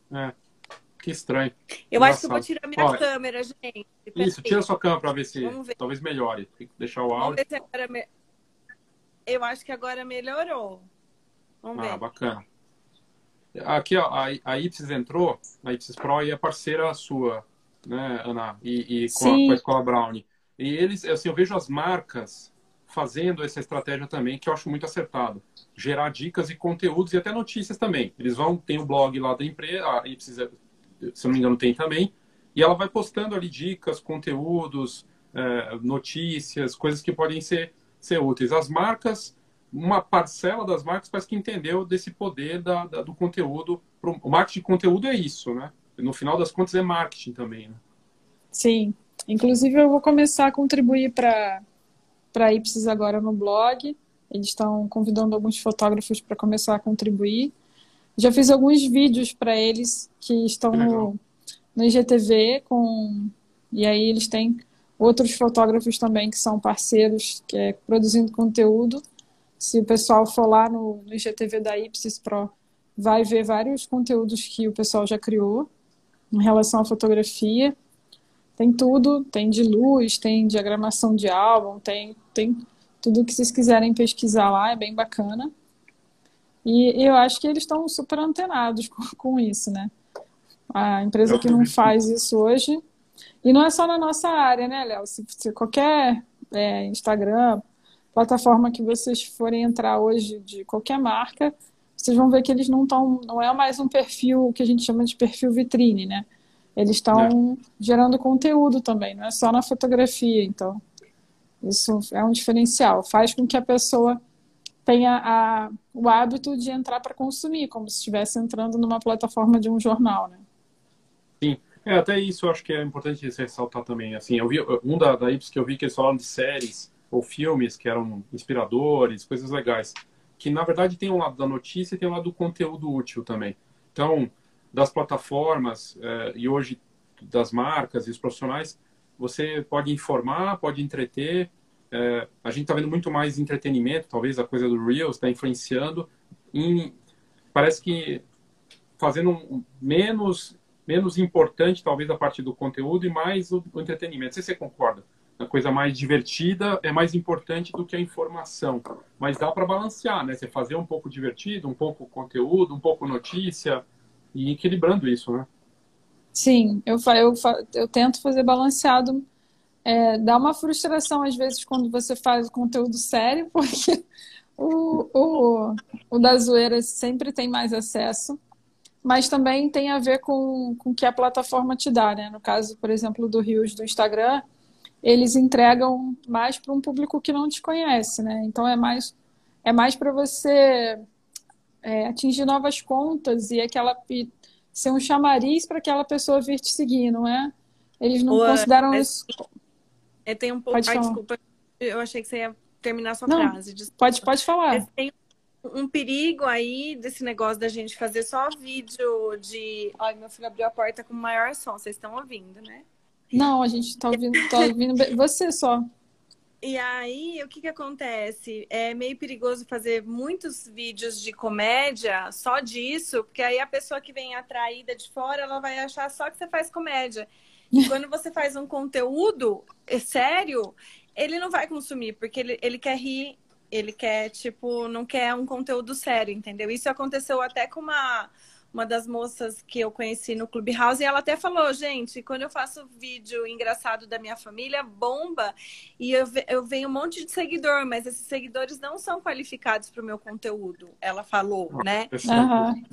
Que estranho. Eu acho que eu vou tirar minha câmera, gente. Isso, tira a sua câmera para ver se talvez melhore. Tem que deixar o áudio. Vamos ver se agora... Eu acho que agora melhorou. Vamos ver. Bacana. Aqui, ó, a Ipsis entrou, a Ipsis Pro, e é parceira sua, né, Ana? E com a Escola Brownie. E eles, assim, eu vejo as marcas fazendo essa estratégia também, que eu acho muito acertado. Gerar dicas e conteúdos e até notícias também. Eles tem o blog lá da empresa, a Ipsis, se não me engano, tem também, e ela vai postando ali dicas, conteúdos, notícias, coisas que podem ser úteis. As marcas, uma parcela das marcas parece que entendeu desse poder do conteúdo. O marketing de conteúdo é isso, né? No final das contas é marketing também, né? Sim. Inclusive eu vou começar a contribuir para a Ipsis agora no blog. Eles estão convidando alguns fotógrafos para começar a contribuir. Já fiz alguns vídeos para eles que estão no IGTV, e aí eles têm outros fotógrafos também que são parceiros, produzindo conteúdo. Se o pessoal for lá no IGTV da Ipsis Pro, vai ver vários conteúdos que o pessoal já criou em relação à fotografia. Tem tudo, tem de luz, tem diagramação de álbum, tem tudo que vocês quiserem pesquisar lá, é bem bacana. E eu acho que eles estão super antenados com isso, né? A empresa que não faz isso hoje... E não é só na nossa área, né, Léo? Se qualquer Instagram, plataforma que vocês forem entrar hoje de qualquer marca, vocês vão ver que eles não é mais um perfil que a gente chama de perfil vitrine, né? Eles estão gerando conteúdo também, não é só na fotografia. Então, isso é um diferencial. Faz com que a pessoa tenha o hábito de entrar para consumir, como se estivesse entrando numa plataforma de um jornal, né? Sim. Até isso eu acho que é importante ressaltar também. Assim, eu vi da Ipsos que eu vi que eles falaram de séries ou filmes que eram inspiradores, coisas legais. Que, na verdade, tem um lado da notícia e tem um lado do conteúdo útil também. Então, das plataformas e hoje das marcas e os profissionais, você pode informar, pode entreter. A gente está vendo muito mais entretenimento, talvez a coisa do Reels está influenciando. Parece que fazendo menos importante, talvez, a parte do conteúdo e mais o entretenimento. Não sei se você concorda. A coisa mais divertida é mais importante do que a informação. Mas dá para balancear, né? Você fazer um pouco divertido, um pouco conteúdo, um pouco notícia e equilibrando isso, né? Sim, eu tento fazer balanceado. Dá uma frustração, às vezes, quando você faz o conteúdo sério, porque o da zoeira sempre tem mais acesso. Mas também tem a ver com o que a plataforma te dá, né? No caso, por exemplo, do Reels do Instagram, eles entregam mais para um público que não te conhece, né? Então é mais para você atingir novas contas e ser um chamariz para aquela pessoa vir te seguir, não é? Eles não consideram isso. Eu tenho um pouco. Pode Ai, falar. desculpa, eu achei que você ia terminar a sua Não, frase. Desculpa. pode falar. Mas tem um perigo aí desse negócio da gente fazer só vídeo de. Ai, meu filho abriu a porta com o maior som, vocês estão ouvindo, né? Não, a gente tá ouvindo você só. E aí, o que acontece? É meio perigoso fazer muitos vídeos de comédia só disso, porque aí a pessoa que vem atraída de fora, ela vai achar só que você faz comédia. E quando você faz um conteúdo sério, ele não vai consumir, porque ele quer rir, ele quer, tipo, não quer um conteúdo sério, entendeu? Isso aconteceu até com uma das moças que eu conheci no Clubhouse, e ela até falou, gente, quando eu faço vídeo engraçado da minha família, bomba, e eu venho um monte de seguidor, mas esses seguidores não são qualificados para o meu conteúdo, ela falou, né? Uhum.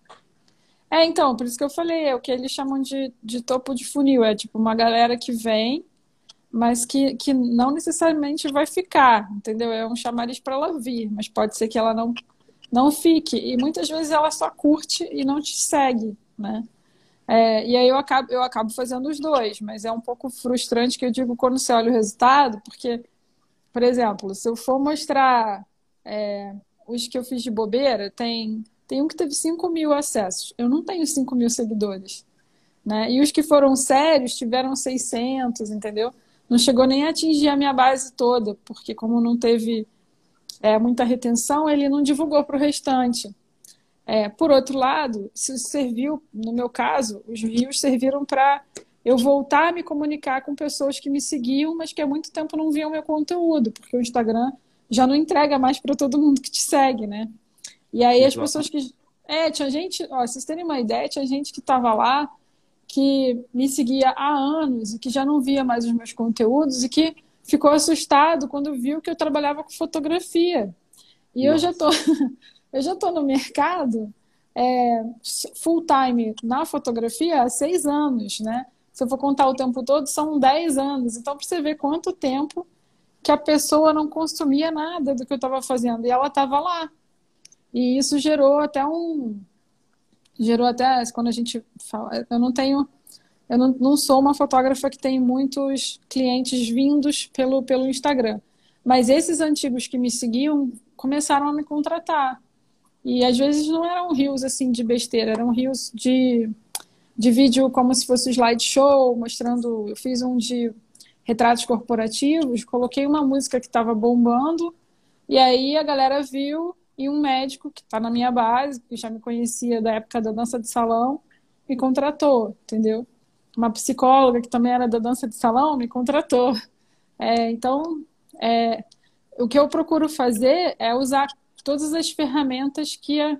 Então, por isso que eu falei, é o que eles chamam de topo de funil, é tipo uma galera que vem, mas que não necessariamente vai ficar, entendeu? É um chamariz para ela vir, mas pode ser que ela não fique. E muitas vezes ela só curte e não te segue, né? E aí eu acabo fazendo os dois, mas é um pouco frustrante que eu digo quando você olha o resultado, porque, por exemplo, se eu for mostrar os que eu fiz de bobeira, tem um que teve 5.000 acessos. Eu não tenho 5.000 seguidores, né? E os que foram sérios tiveram 600, entendeu? Não chegou nem a atingir a minha base toda, porque como não teve muita retenção, ele não divulgou para o restante. Por outro lado, isso serviu, no meu caso, os Reels serviram para eu voltar a me comunicar com pessoas que me seguiam, mas que há muito tempo não viam meu conteúdo, porque o Instagram já não entrega mais para todo mundo que te segue, né? E aí as pessoas que... tinha gente... Ó, vocês terem uma ideia, tinha gente que estava lá, que me seguia há anos e que já não via mais os meus conteúdos e que ficou assustado quando viu que eu trabalhava com fotografia. E eu já tô no mercado full time na fotografia há 6 anos, né? Se eu for contar o tempo todo, são 10 anos. Então, para você ver quanto tempo que a pessoa não consumia nada do que eu estava fazendo. E ela estava lá. E isso gerou até quando a gente fala, eu não sou uma fotógrafa que tem muitos clientes vindos pelo Instagram, mas esses antigos que me seguiam começaram a me contratar, e às vezes não eram reels assim de besteira, eram reels de vídeo como se fosse slideshow, mostrando, eu fiz um de retratos corporativos, coloquei uma música que estava bombando, e aí a galera viu. E um médico que está na minha base, que já me conhecia da época da dança de salão, me contratou, entendeu? Uma psicóloga que também era da dança de salão me contratou. Então, o que eu procuro fazer é usar todas as ferramentas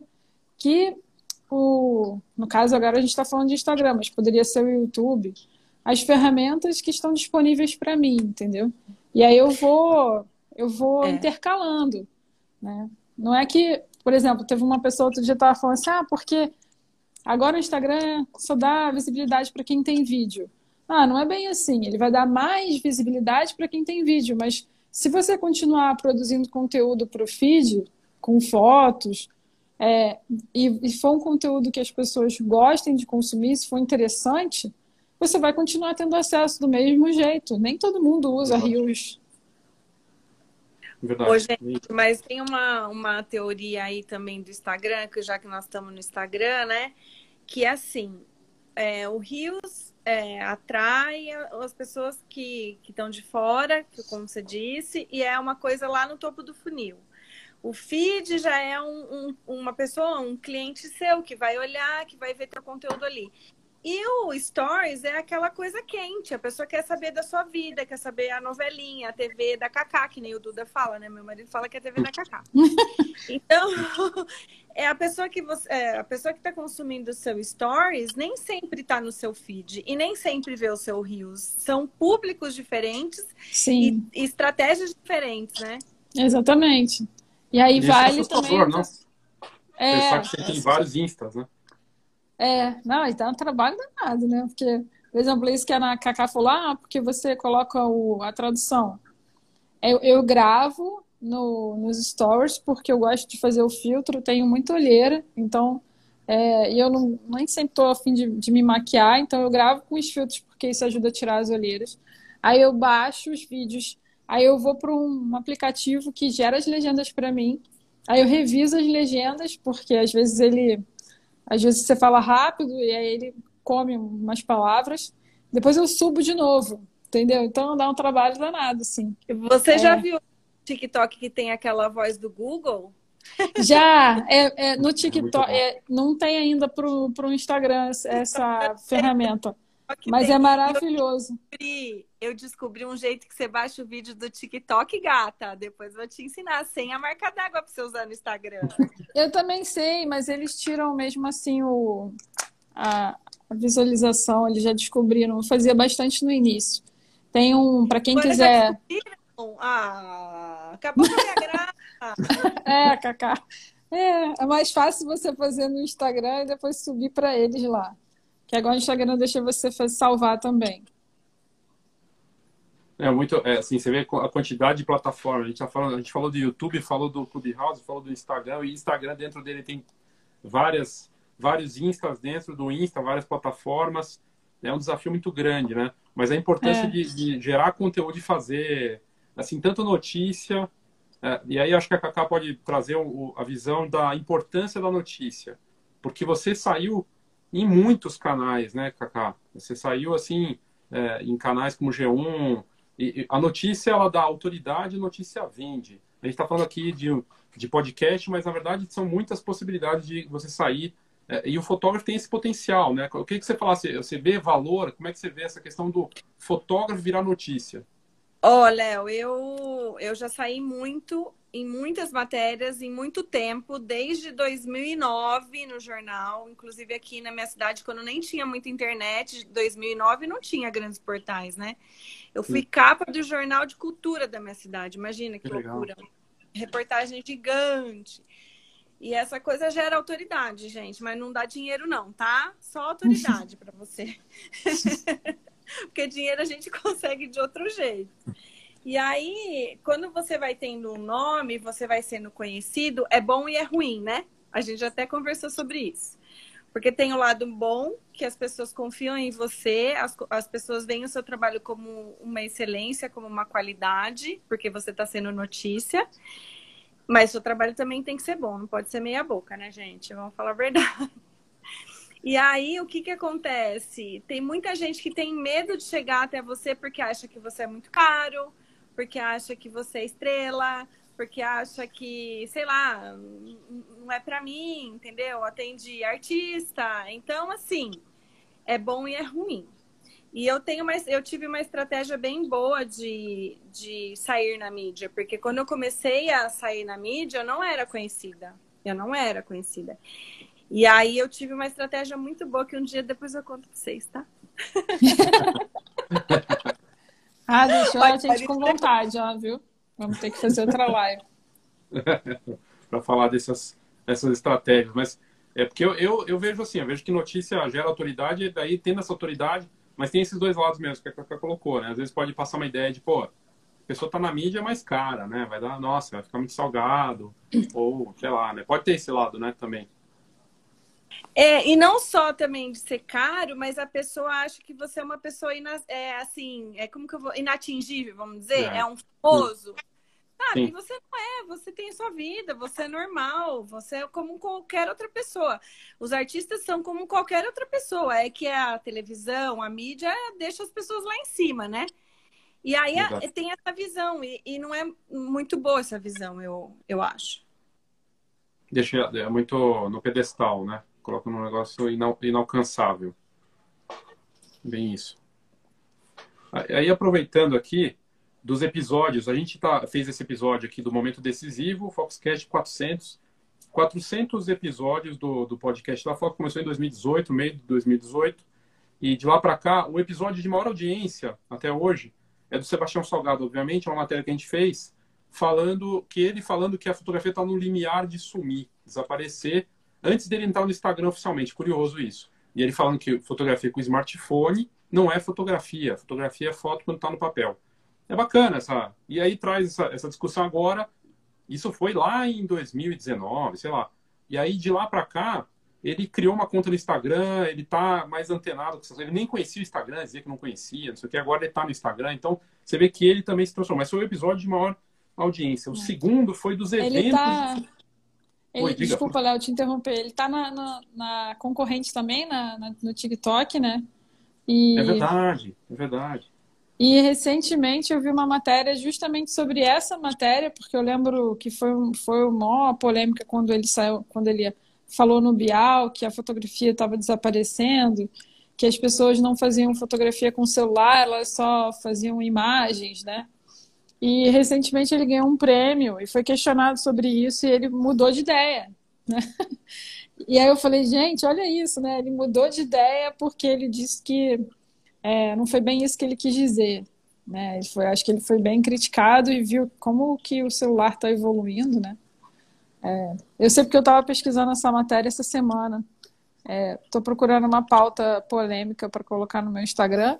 no caso agora a gente está falando de Instagram, mas poderia ser o YouTube, as ferramentas que estão disponíveis para mim, entendeu? E aí eu vou intercalando, né? Não é que, por exemplo, teve uma pessoa outro dia que estava falando assim, porque agora o Instagram só dá visibilidade para quem tem vídeo. Não é bem assim. Ele vai dar mais visibilidade para quem tem vídeo, mas se você continuar produzindo conteúdo para o feed, com fotos, e for um conteúdo que as pessoas gostem de consumir, se for interessante, você vai continuar tendo acesso do mesmo jeito. Nem todo mundo usa Reels. Verdade. Ô, gente, mas tem uma teoria aí também do Instagram, que já que nós estamos no Instagram, né? Que é assim, o Reels atrai as pessoas que estão de fora, como você disse, e é uma coisa lá no topo do funil. O feed já é uma pessoa, um cliente seu, que vai olhar, que vai ver teu conteúdo ali. E o Stories é aquela coisa quente. A pessoa quer saber da sua vida, quer saber a novelinha, a TV da Cacá, que nem o Duda fala, né? Meu marido fala que é a TV da Cacá. Então, a pessoa que está consumindo o seu Stories nem sempre está no seu feed e nem sempre vê o seu Reels. São públicos diferentes. Sim. E estratégias diferentes, né? Exatamente. E aí vale também... Não? Você sabe que você tem vários Instas, né? Não, e dá um trabalho danado, né? Porque Por exemplo, isso que a Ana Cacá falou, porque você coloca a tradução. Eu gravo nos stories, porque eu gosto de fazer o filtro, tenho muita olheira, então, e eu nem sempre estou a fim de me maquiar, então eu gravo com os filtros, porque isso ajuda a tirar as olheiras. Aí eu baixo os vídeos, aí eu vou para um aplicativo que gera as legendas para mim, aí eu reviso as legendas, porque às vezes você fala rápido e aí ele come umas palavras, depois eu subo de novo, entendeu? Então dá um trabalho danado, assim. Você já viu o TikTok que tem aquela voz do Google? Já, no TikTok, não tem ainda pro Instagram essa ferramenta, mas é maravilhoso. Eu descobri um jeito que você baixa o vídeo do TikTok, gata. Depois eu vou te ensinar, sem a marca d'água para você usar no Instagram. Eu também sei, mas eles tiram mesmo assim a visualização, eles já descobriram. Eu fazia bastante no início. Tem para quem Agora quiser. Acabou com a minha graça. Cacá. É mais fácil você fazer no Instagram e depois subir para eles lá. Que agora o Instagram deixa você salvar também. Assim, você vê a quantidade de plataformas. A gente falou do YouTube, falou do Clubhouse, falou do Instagram, e Instagram dentro dele tem vários instas dentro do Insta, várias plataformas. É um desafio muito grande, né? Mas a importância de gerar conteúdo e fazer, assim, tanto notícia, e aí acho que a Cacá pode trazer a visão da importância da notícia. Porque você saiu em muitos canais, né, Cacá? Você saiu, assim, em canais como G1, e a notícia, ela dá autoridade, a notícia vende. A gente está falando aqui de podcast, mas, na verdade, são muitas possibilidades de você sair. E o fotógrafo tem esse potencial, né? O que você fala? Você vê valor? Como é que você vê essa questão do fotógrafo virar notícia? Léo, eu já saí muito em muitas matérias, em muito tempo, desde 2009 no jornal, inclusive aqui na minha cidade, quando nem tinha muita internet, 2009 não tinha grandes portais, né? Eu fui capa do jornal de cultura da minha cidade, imagina que loucura. Legal. Reportagem gigante. E essa coisa gera autoridade, gente, mas não dá dinheiro não, tá? Só autoridade para você. Porque dinheiro a gente consegue de outro jeito. E aí, quando você vai tendo um nome, você vai sendo conhecido, é bom e é ruim, né? A gente até conversou sobre isso. Porque tem o lado bom, que as pessoas confiam em você, as pessoas veem o seu trabalho como uma excelência, como uma qualidade, porque você está sendo notícia. Mas o seu trabalho também tem que ser bom, não pode ser meia boca, né, gente? Vamos falar a verdade. E aí, o que acontece? Tem muita gente que tem medo de chegar até você porque acha que você é muito caro, porque acha que você é estrela, porque acha que, sei lá, não é pra mim, entendeu? Atende artista. Então, assim, é bom e é ruim. E eu tive uma estratégia bem boa de sair na mídia, porque quando eu comecei a sair na mídia, eu não era conhecida. E aí eu tive uma estratégia muito boa que um dia depois eu conto pra vocês, tá? Deixou a gente com vontade, viu? Vamos ter que fazer outra live. Para falar dessas estratégias. Mas é porque eu vejo assim, eu vejo que notícia gera autoridade, e daí tendo essa autoridade, mas tem esses dois lados mesmo que a Cacá colocou, né? Às vezes pode passar uma ideia de, a pessoa tá na mídia é mais cara, né? Vai ficar muito salgado, ou sei lá, né? Pode ter esse lado, né, também. E não só também de ser caro, mas a pessoa acha que você é uma pessoa inatingível, vamos dizer, é um famoso. Sabe? E você não é, você tem a sua vida, você é normal, você é como qualquer outra pessoa. Os artistas são como qualquer outra pessoa, é que a televisão, a mídia deixa as pessoas lá em cima, né? E aí tem essa visão, e não é muito boa essa visão, eu acho. Deixa muito no pedestal, né? Coloca num negócio inalcançável. Bem isso. Aí, aproveitando aqui, dos episódios, a gente fez esse episódio aqui do Momento Decisivo, Foxcast 400 episódios do podcast da Fox, começou em 2018, meio de 2018, e de lá para cá, o episódio de maior audiência até hoje é do Sebastião Salgado, obviamente, é uma matéria que a gente fez, falando que a fotografia está no limiar de sumir, desaparecer, antes dele entrar no Instagram oficialmente, curioso isso. E ele falando que fotografia com smartphone não é fotografia. Fotografia é foto quando está no papel. É bacana essa. E aí traz essa discussão agora. Isso foi lá em 2019, sei lá. E aí de lá para cá, ele criou uma conta no Instagram, ele tá mais antenado. Ele nem conhecia o Instagram, dizia que não conhecia, não sei o que. Agora ele tá no Instagram. Então você vê que ele também se transformou. Mas foi o episódio de maior audiência. O segundo foi dos eventos. Ele tá. Oi, diga, Desculpa, Léo, te interromper. Ele tá na concorrente também, no TikTok, né? É verdade, é verdade. E recentemente eu vi uma matéria justamente sobre essa matéria, porque eu lembro que foi uma maior polêmica quando ele saiu, quando ele falou no Bial que a fotografia estava desaparecendo, que as pessoas não faziam fotografia com celular, elas só faziam imagens, né? E recentemente ele ganhou um prêmio e foi questionado sobre isso e ele mudou de ideia, né? E aí eu falei, gente, olha isso, né? Ele mudou de ideia porque ele disse que não foi bem isso que ele quis dizer, né? Acho que ele foi bem criticado e viu como que o celular está evoluindo, né? Eu sei porque eu estava pesquisando essa matéria essa semana. Estou procurando uma pauta polêmica para colocar no meu Instagram.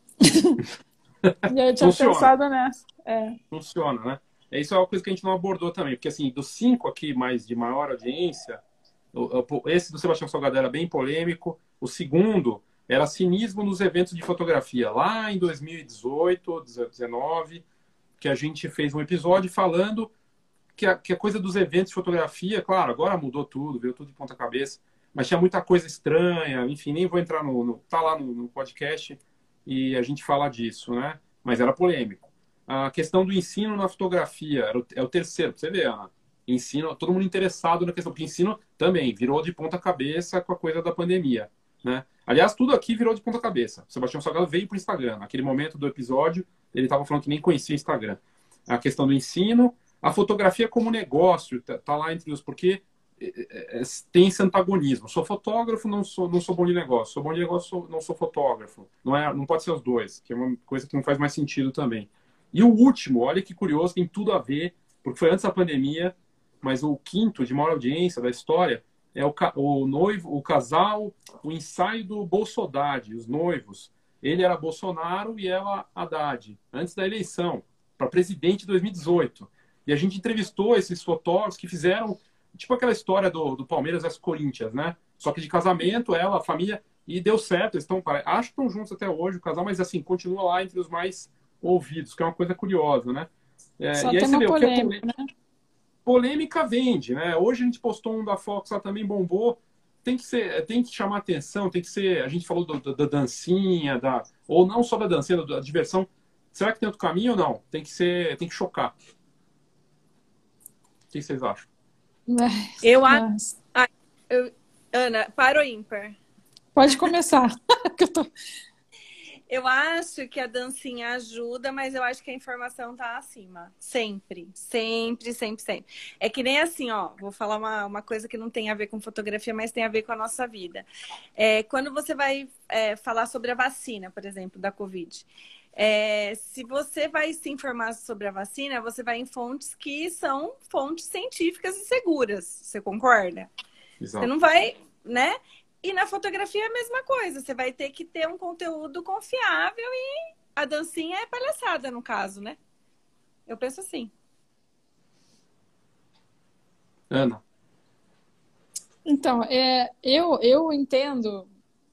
E aí eu tinha pensado nessa. Funciona, né? Isso é uma coisa que a gente não abordou também, porque assim, dos 5 aqui mais de maior audiência, esse do Sebastião Salgado era bem polêmico. O segundo era cinismo nos eventos de fotografia. Lá em 2018, 2019, que a gente fez um episódio falando que a coisa dos eventos de fotografia, claro, agora mudou tudo, veio tudo de ponta cabeça, mas tinha muita coisa estranha, enfim, nem vou entrar tá lá no podcast e a gente fala disso, né? Mas era polêmico. A questão do ensino na fotografia é o terceiro, pra você ver, Ana. Ensino, todo mundo interessado na questão, porque ensino também virou de ponta cabeça com a coisa da pandemia, né? Aliás, tudo aqui virou de ponta cabeça. O Sebastião Salgado veio para o Instagram. Naquele momento do episódio, ele estava falando que nem conhecia o Instagram. A questão do ensino, a fotografia como negócio, tá lá entre os... Porque tem esse antagonismo. Sou fotógrafo, não sou bom de negócio. Sou bom de negócio, não sou fotógrafo. Não pode ser os dois, que é uma coisa que não faz mais sentido também. E o último, olha que curioso, tem tudo a ver, porque foi antes da pandemia, mas o quinto de maior audiência da história é o noivo, o casal, o ensaio do Bolsodade, os noivos. Ele era Bolsonaro e ela Haddad, antes da eleição, para presidente de 2018. E a gente entrevistou esses fotógrafos que fizeram, tipo aquela história do Palmeiras vs Corinthians, né? Só que de casamento, ela, a família, e deu certo. Eles acho que estão juntos até hoje, o casal, mas assim, continua lá entre os mais ouvidos, que é uma coisa curiosa, né? Só e aí tem você uma vê o que é polêmica, né? polêmica vende, né? Hoje a gente postou um da Fox lá também bombou. Tem que chamar atenção, tem que ser. A gente falou da dancinha, ou não só da dancinha, da diversão. Será que tem outro caminho ou não? Tem que chocar. O que vocês acham? Eu acho. Ana, para o ímpar? Pode começar. Eu acho que a dancinha ajuda, mas eu acho que a informação tá acima. Sempre, sempre, sempre, sempre. É que nem assim, ó, vou falar uma coisa que não tem a ver com fotografia, mas tem a ver com a nossa vida. Quando você vai falar sobre a vacina, por exemplo, da Covid, se você vai se informar sobre a vacina, você vai em fontes que são fontes científicas e seguras. Você concorda? Exato. Você não vai, né? E na fotografia é a mesma coisa. Você vai ter que ter um conteúdo confiável e a dancinha é palhaçada, no caso, né? Eu penso assim. Ana. Então, eu entendo.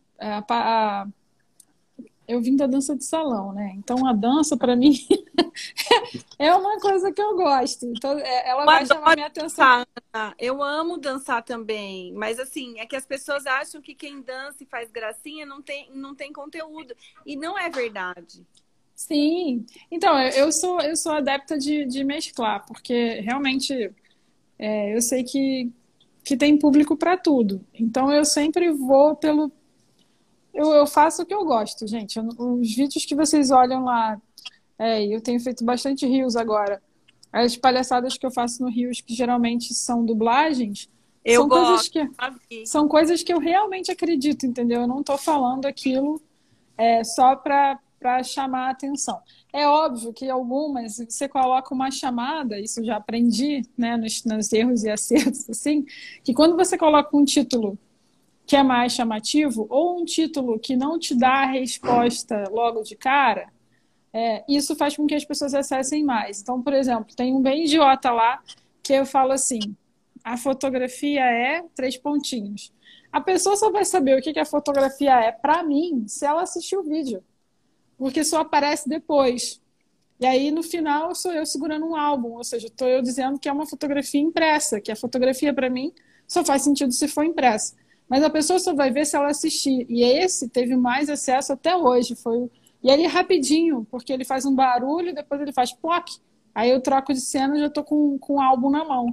Eu vim da dança de salão, né? Então, a dança, para mim, é uma coisa que eu gosto. Então, ela vai chamar minha atenção. Eu amo dançar também, mas assim, é que as pessoas acham que quem dança e faz gracinha não tem conteúdo. E não é verdade. Sim. Então, eu sou adepta de mesclar, porque realmente eu sei que tem público para tudo. Então, eu sempre vou pelo... Eu faço o que eu gosto, gente. Os vídeos que vocês olham lá, eu tenho feito bastante reels agora. As palhaçadas que eu faço no reels, que geralmente são dublagens, são coisas que eu realmente acredito, entendeu? Eu não estou falando aquilo só para chamar a atenção. É óbvio que algumas, você coloca uma chamada, isso eu já aprendi, né, nos erros e acertos, assim, que quando você coloca um título que é mais chamativo, ou um título que não te dá a resposta logo de cara, isso faz com que as pessoas acessem mais. Então, por exemplo, tem um bem idiota lá que eu falo assim, a fotografia é 3 pontinhos. A pessoa só vai saber o que a fotografia é para mim se ela assistir o vídeo, porque só aparece depois. E aí, no final, sou eu segurando um álbum, ou seja, estou eu dizendo que é uma fotografia impressa, que a fotografia, para mim, só faz sentido se for impressa. Mas a pessoa só vai ver se ela assistir. E esse teve mais acesso até hoje. E ele rapidinho, porque ele faz um barulho, depois ele faz ploc. Aí eu troco de cena e já estou com o álbum na mão.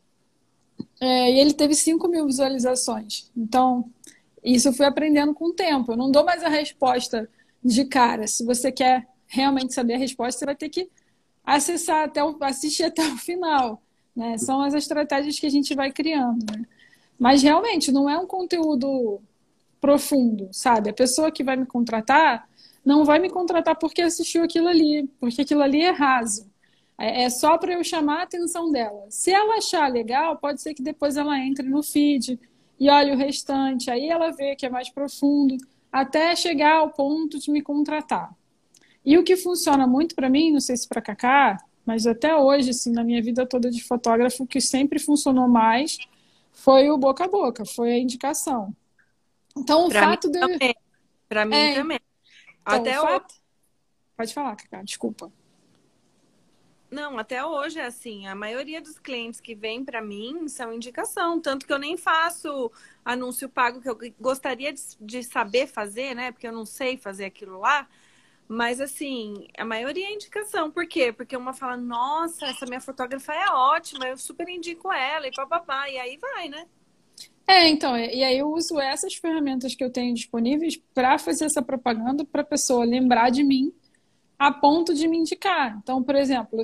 E ele teve 5.000 visualizações. Então, isso eu fui aprendendo com o tempo. Eu não dou mais a resposta de cara. Se você quer realmente saber a resposta, você vai ter que acessar assistir até o final, né? São as estratégias que a gente vai criando, né? Mas realmente não é um conteúdo profundo, sabe? A pessoa que vai me contratar não vai me contratar porque assistiu aquilo ali, porque aquilo ali é raso. É só para eu chamar a atenção dela. Se ela achar legal, pode ser que depois ela entre no feed e olhe o restante, aí ela vê que é mais profundo, até chegar ao ponto de me contratar. E o que funciona muito para mim, não sei se para Cacá, mas até hoje, assim, na minha vida toda de fotógrafo, o que sempre funcionou mais foi o boca a boca, foi a indicação. Então, o fato de... Para mim também. Então, até Pode falar, Cacá, desculpa. Não, até hoje é assim. A maioria dos clientes que vêm para mim são indicação. Tanto que eu nem faço anúncio pago, que eu gostaria de saber fazer, né? Porque eu não sei fazer aquilo lá. Mas, assim, a maioria é indicação. Por quê? Porque uma fala, nossa, essa minha fotógrafa é ótima, eu super indico ela e papapá. E aí vai, né? Então, e aí eu uso essas ferramentas que eu tenho disponíveis para fazer essa propaganda para a pessoa lembrar de mim a ponto de me indicar. Então, por exemplo,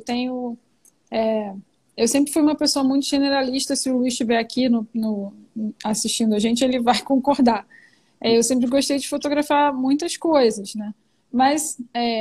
eu sempre fui uma pessoa muito generalista. Se o Luiz estiver aqui assistindo a gente, ele vai concordar. Eu sempre gostei de fotografar muitas coisas, né? Mas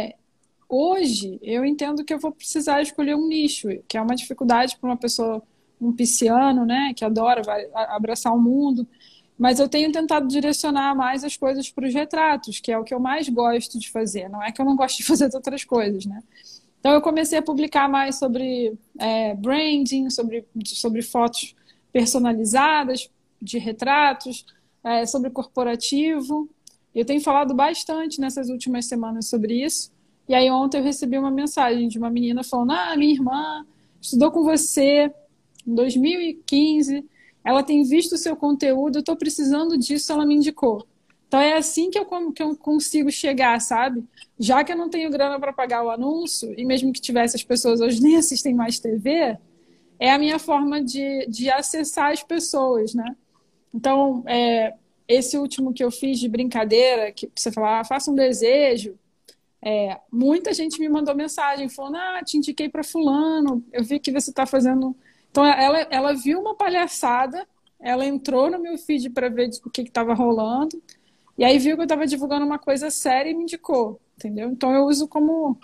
hoje eu entendo que eu vou precisar escolher um nicho, que é uma dificuldade para uma pessoa, um pisciano, né, que adora, vai abraçar o mundo. Mas eu tenho tentado direcionar mais as coisas para os retratos, que é o que eu mais gosto de fazer. Não é que eu não gosto de fazer outras coisas, né? Então eu comecei a publicar mais sobre branding, sobre fotos personalizadas, de retratos, sobre corporativo. Eu tenho falado bastante nessas últimas semanas sobre isso. E aí ontem eu recebi uma mensagem de uma menina falando: minha irmã estudou com você em 2015, ela tem visto o seu conteúdo, eu estou precisando disso, ela me indicou. Então é assim que eu consigo chegar, sabe? Já que eu não tenho grana para pagar o anúncio, e mesmo que tivesse, as pessoas hoje nem assistem mais TV, é a minha forma de acessar as pessoas, né? Então, esse último que eu fiz de brincadeira, que você fala, faça um desejo, muita gente me mandou mensagem falando: te indiquei para fulano, eu vi que você está fazendo... Então, ela viu uma palhaçada, ela entrou no meu feed para ver o que estava rolando, e aí viu que eu estava divulgando uma coisa séria e me indicou, entendeu? Então, eu uso como...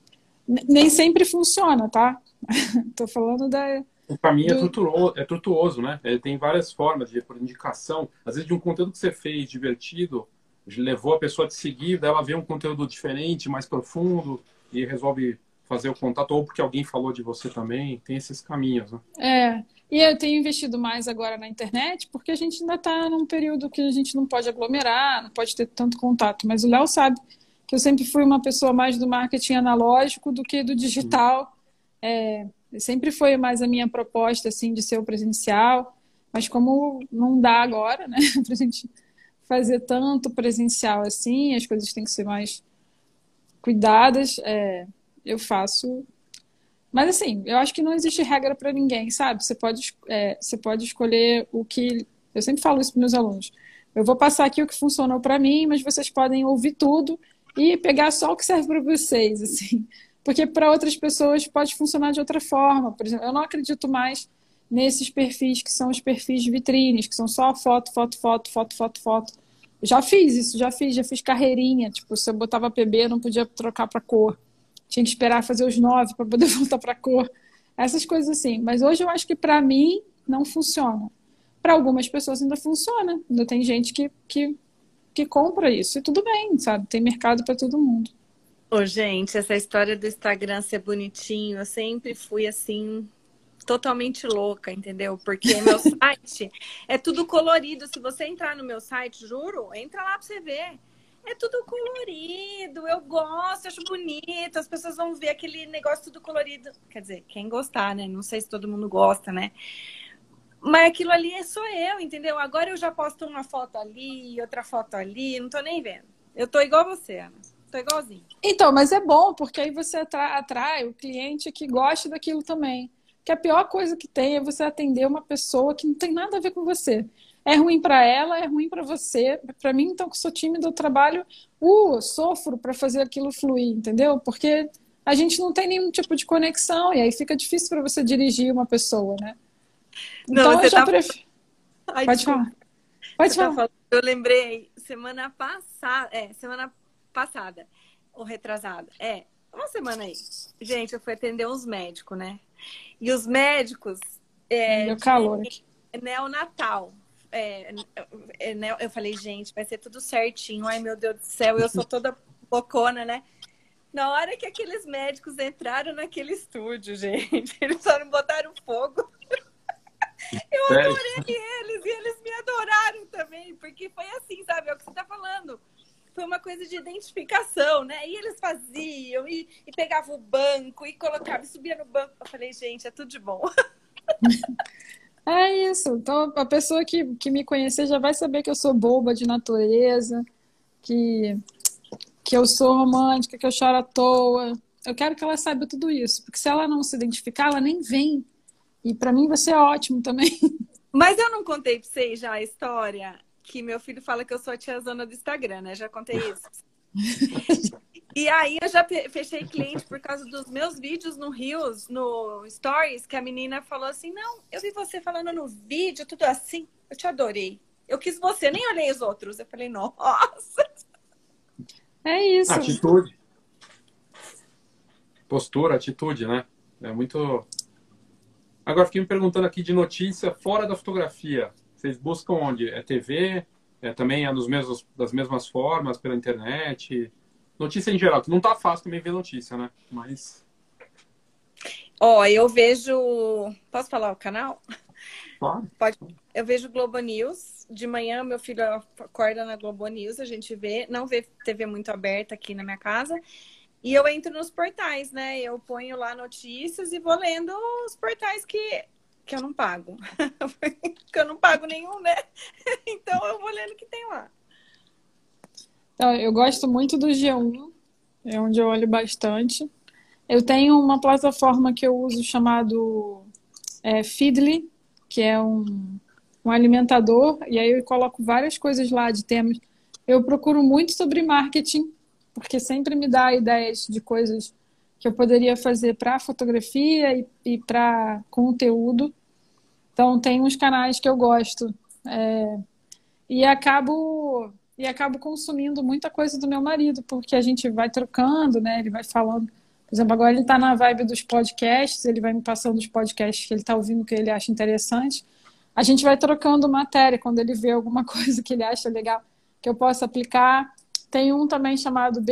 Nem sempre funciona, tá? Tô falando Para mim é tortuoso, né? Tem várias formas por indicação. Às vezes de um conteúdo que você fez divertido, levou a pessoa a te seguir, daí ela vê um conteúdo diferente, mais profundo, e resolve fazer o contato, ou porque alguém falou de você também. Tem esses caminhos, né? E eu tenho investido mais agora na internet, porque a gente ainda está num período que a gente não pode aglomerar, não pode ter tanto contato. Mas o Léo sabe que eu sempre fui uma pessoa mais do marketing analógico do que do digital. Sempre foi mais a minha proposta, assim, de ser o presencial. Mas como não dá agora, né, pra gente fazer tanto presencial assim, as coisas têm que ser mais cuidadas, eu faço... Mas, assim, eu acho que não existe regra para ninguém, sabe? Você pode escolher o que... Eu sempre falo isso para meus alunos. Eu vou passar aqui o que funcionou para mim, mas vocês podem ouvir tudo e pegar só o que serve para vocês, assim. Porque para outras pessoas pode funcionar de outra forma. Por exemplo, eu não acredito mais nesses perfis que são os perfis de vitrines, que são só foto, foto, foto, foto, foto, foto. Eu já fiz isso, já fiz carreirinha. Tipo, se eu botava PB, eu não podia trocar para cor. Tinha que esperar fazer os 9 para poder voltar para cor. Essas coisas assim. Mas hoje eu acho que para mim não funciona. para algumas pessoas ainda funciona. Ainda tem gente que compra isso. E tudo bem, sabe? Tem mercado para todo mundo. Ô, gente, essa história do Instagram ser bonitinho, eu sempre fui assim, totalmente louca, entendeu? Porque meu site é tudo colorido. Se você entrar no meu site, juro, entra lá pra você ver. É tudo colorido, eu gosto, acho bonito, as pessoas vão ver aquele negócio tudo colorido. Quer dizer, quem gostar, né? Não sei se todo mundo gosta, né? Mas aquilo ali sou eu, entendeu? Agora eu já posto uma foto ali, outra foto ali, não tô nem vendo. Eu tô igual você, Ana. Tô igualzinho. Então, mas é bom, porque aí você atrai o cliente que gosta daquilo também. Que a pior coisa que tem é você atender uma pessoa que não tem nada a ver com você. É ruim para ela, é ruim para você. Para mim, então, que sou tímida, eu trabalho, eu sofro para fazer aquilo fluir, entendeu? Porque a gente não tem nenhum tipo de conexão e aí fica difícil para você dirigir uma pessoa, né? Então, Não, eu já prefiro. Pode falar. Pode falar. Eu lembrei semana passada, ou retrasada. Uma semana aí. Gente, eu fui atender uns médicos, né? E os médicos Deu calor aqui. Neonatal. Eu falei, gente, vai ser tudo certinho. Ai, meu Deus do céu, eu sou toda loucona, né? Na hora que aqueles médicos entraram naquele estúdio, gente, eles só não botaram fogo. Eu adorei eles e eles me adoraram também, porque foi assim, sabe? É o que você tá falando. Foi uma coisa de identificação, né? E eles faziam, e pegavam o banco, e colocavam, e subia no banco. Eu falei, gente, é tudo de bom. É isso. Então, a pessoa que me conhecer já vai saber que eu sou boba de natureza, que eu sou romântica, que eu choro à toa. Eu quero que ela saiba tudo isso, porque se ela não se identificar, ela nem vem. E para mim vai ser ótimo também. Mas eu não contei pra vocês já a história que meu filho fala que eu sou a tiazona do Instagram, né? Já contei isso. E aí eu já fechei cliente por causa dos meus vídeos no Reels, no Stories, que a menina falou assim, não, eu vi você falando no vídeo, tudo assim, eu te adorei. Eu quis você, nem olhei os outros. Eu falei, nossa. É isso. Atitude. Postura, atitude, né? É muito... Agora, fiquei me perguntando aqui de notícia fora da fotografia. Vocês buscam onde? É TV? Também é das mesmas formas, pela internet? Notícia em geral, que não tá fácil também ver notícia, né? Mas... Eu vejo... Posso falar o canal? Claro. Pode. Eu vejo Globo News. De manhã, meu filho acorda na Globo News, a gente vê. Não vê TV muito aberta aqui na minha casa. E eu entro nos portais, né? Eu ponho lá notícias e vou lendo os portais que eu não pago. Que eu não pago nenhum, né? Então eu vou lendo o que tem lá. Então, eu gosto muito do G1, é onde eu olho bastante. Eu tenho uma plataforma que eu uso chamado Feedly, que é um alimentador, e aí eu coloco várias coisas lá de temas. Eu procuro muito sobre marketing, porque sempre me dá ideias de coisas que eu poderia fazer para fotografia e para conteúdo. Então, tem uns canais que eu gosto. E acabo consumindo muita coisa do meu marido, porque a gente vai trocando, né? Ele vai falando. Por exemplo, agora ele está na vibe dos podcasts, ele vai me passando os podcasts que ele está ouvindo, que ele acha interessante. A gente vai trocando matéria quando ele vê alguma coisa que ele acha legal, que eu possa aplicar. Tem um também chamado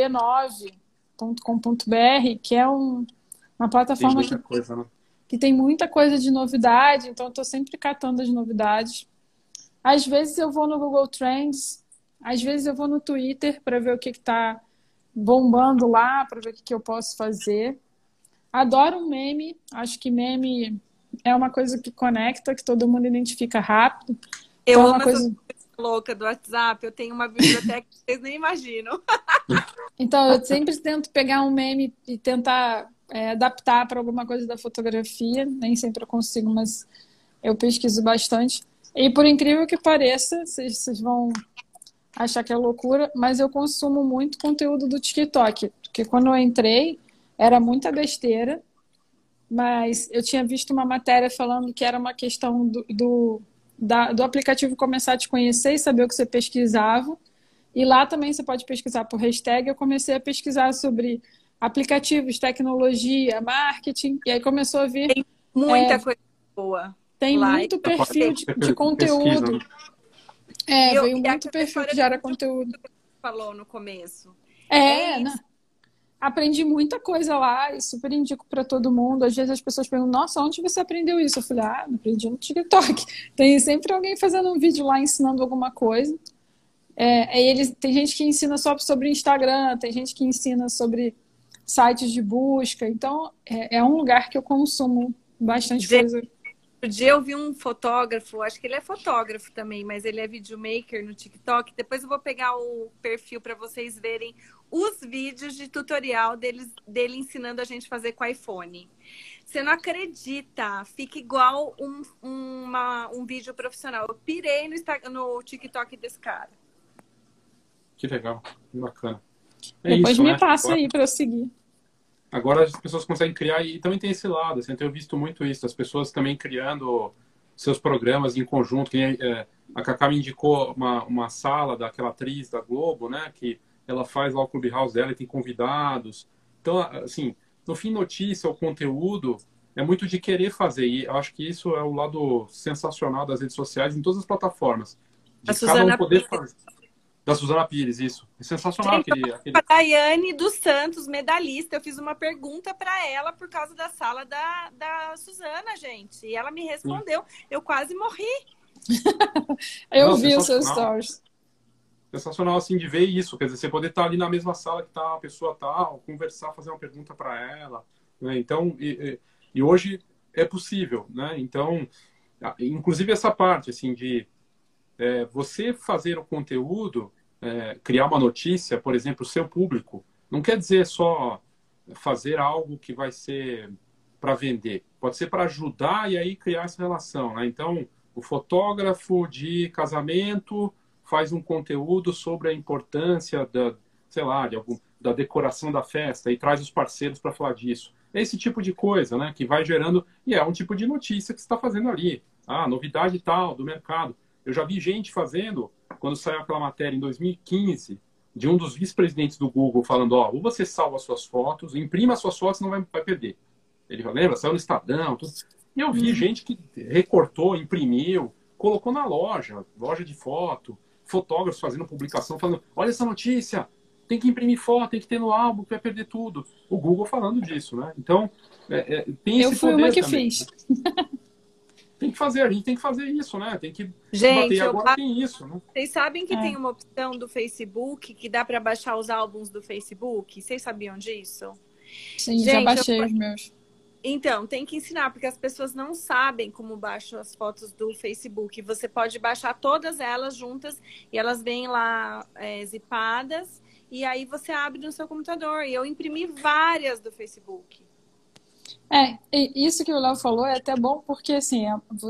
b9.com.br, que é uma plataforma que tem muita coisa de novidade, então eu estou sempre catando as novidades. Às vezes eu vou no Google Trends, às vezes eu vou no Twitter para ver o que está bombando lá, para ver o que eu posso fazer. Adoro um meme, acho que meme é uma coisa que conecta, que todo mundo identifica rápido. Eu amo essa coisa louca do WhatsApp, eu tenho uma biblioteca que vocês nem imaginam. Então, eu sempre tento pegar um meme e tentar adaptar para alguma coisa da fotografia. Nem sempre eu consigo, mas eu pesquiso bastante. E por incrível que pareça, vocês vão achar que é loucura, mas eu consumo muito conteúdo do TikTok. Porque quando eu entrei, era muita besteira, mas eu tinha visto uma matéria falando que era uma questão do aplicativo começar a te conhecer e saber o que você pesquisava. E lá também você pode pesquisar por hashtag. Eu comecei a pesquisar sobre aplicativos, tecnologia, marketing, e aí começou a vir... Tem muita coisa boa. Tem Lá, muito perfil de conteúdo. Veio muito perfil que gera conteúdo. Que você falou no começo. Né? Aprendi muita coisa lá e super indico para todo mundo. Às vezes as pessoas perguntam, nossa, onde você aprendeu isso? Eu falei, não aprendi no TikTok. Tem sempre alguém fazendo um vídeo lá ensinando alguma coisa. Tem gente que ensina só sobre Instagram, tem gente que ensina sobre sites de busca. Então, é um lugar que eu consumo bastante coisa. Outro dia eu vi um fotógrafo, acho que ele é fotógrafo também, mas ele é videomaker no TikTok. Depois eu vou pegar o perfil para vocês verem os vídeos de tutorial dele ensinando a gente a fazer com iPhone. Você não acredita, fica igual um vídeo profissional. Eu pirei no TikTok desse cara. Que legal, que bacana. Depois me passa aí para eu seguir. Agora as pessoas conseguem criar, e também tem esse lado, assim, eu tenho visto muito isso, as pessoas também criando seus programas em conjunto. A Cacá me indicou uma sala daquela atriz da Globo, né, que ela faz lá o Clubhouse dela e tem convidados. Então, assim, no fim, notícia, o conteúdo é muito de querer fazer, e eu acho que isso é o lado sensacional das redes sociais em todas as plataformas. De cada um poder fazer. Da Suzana Pires, isso. É sensacional. A Daiane dos Santos, medalhista, eu fiz uma pergunta para ela por causa da sala da Suzana, gente. E ela me respondeu. Sim. Eu quase morri. Eu vi os seus stories. Sensacional, assim, de ver isso. Quer dizer, você poder estar ali na mesma sala que tá a pessoa tal, conversar, fazer uma pergunta para ela. Né? Então, e hoje é possível, né? Então, inclusive essa parte, assim, de você fazer o conteúdo, criar uma notícia, por exemplo, o seu público, não quer dizer só fazer algo que vai ser para vender. Pode ser para ajudar e aí criar essa relação, né? Então, o fotógrafo de casamento faz um conteúdo sobre a importância da decoração da festa e traz os parceiros para falar disso. É esse tipo de coisa, né? Que vai gerando, e é um tipo de notícia que você está fazendo ali. Novidade tal do mercado. Eu já vi gente fazendo, quando saiu aquela matéria em 2015, de um dos vice-presidentes do Google falando, ou você salva suas fotos, imprima suas fotos, não vai perder. Ele lembra, saiu no Estadão, tudo. E eu vi gente que recortou, imprimiu, colocou na loja de foto, fotógrafos fazendo publicação, falando, olha essa notícia, tem que imprimir foto, tem que ter no álbum, que vai perder tudo. O Google falando disso, né? Então, tem esse poder. Eu fui uma que também. fiz. Tem que fazer, a gente tem que fazer isso, né? Tem que bater. Agora tem isso, né? Vocês sabem que tem uma opção do Facebook que dá para baixar os álbuns do Facebook? Vocês sabiam disso? Sim, gente, já baixei os meus. Então, tem que ensinar, porque as pessoas não sabem como baixam as fotos do Facebook. Você pode baixar todas elas juntas e elas vêm lá zipadas e aí você abre no seu computador. E eu imprimi várias do Facebook. Isso que o Léo falou é até bom porque, assim,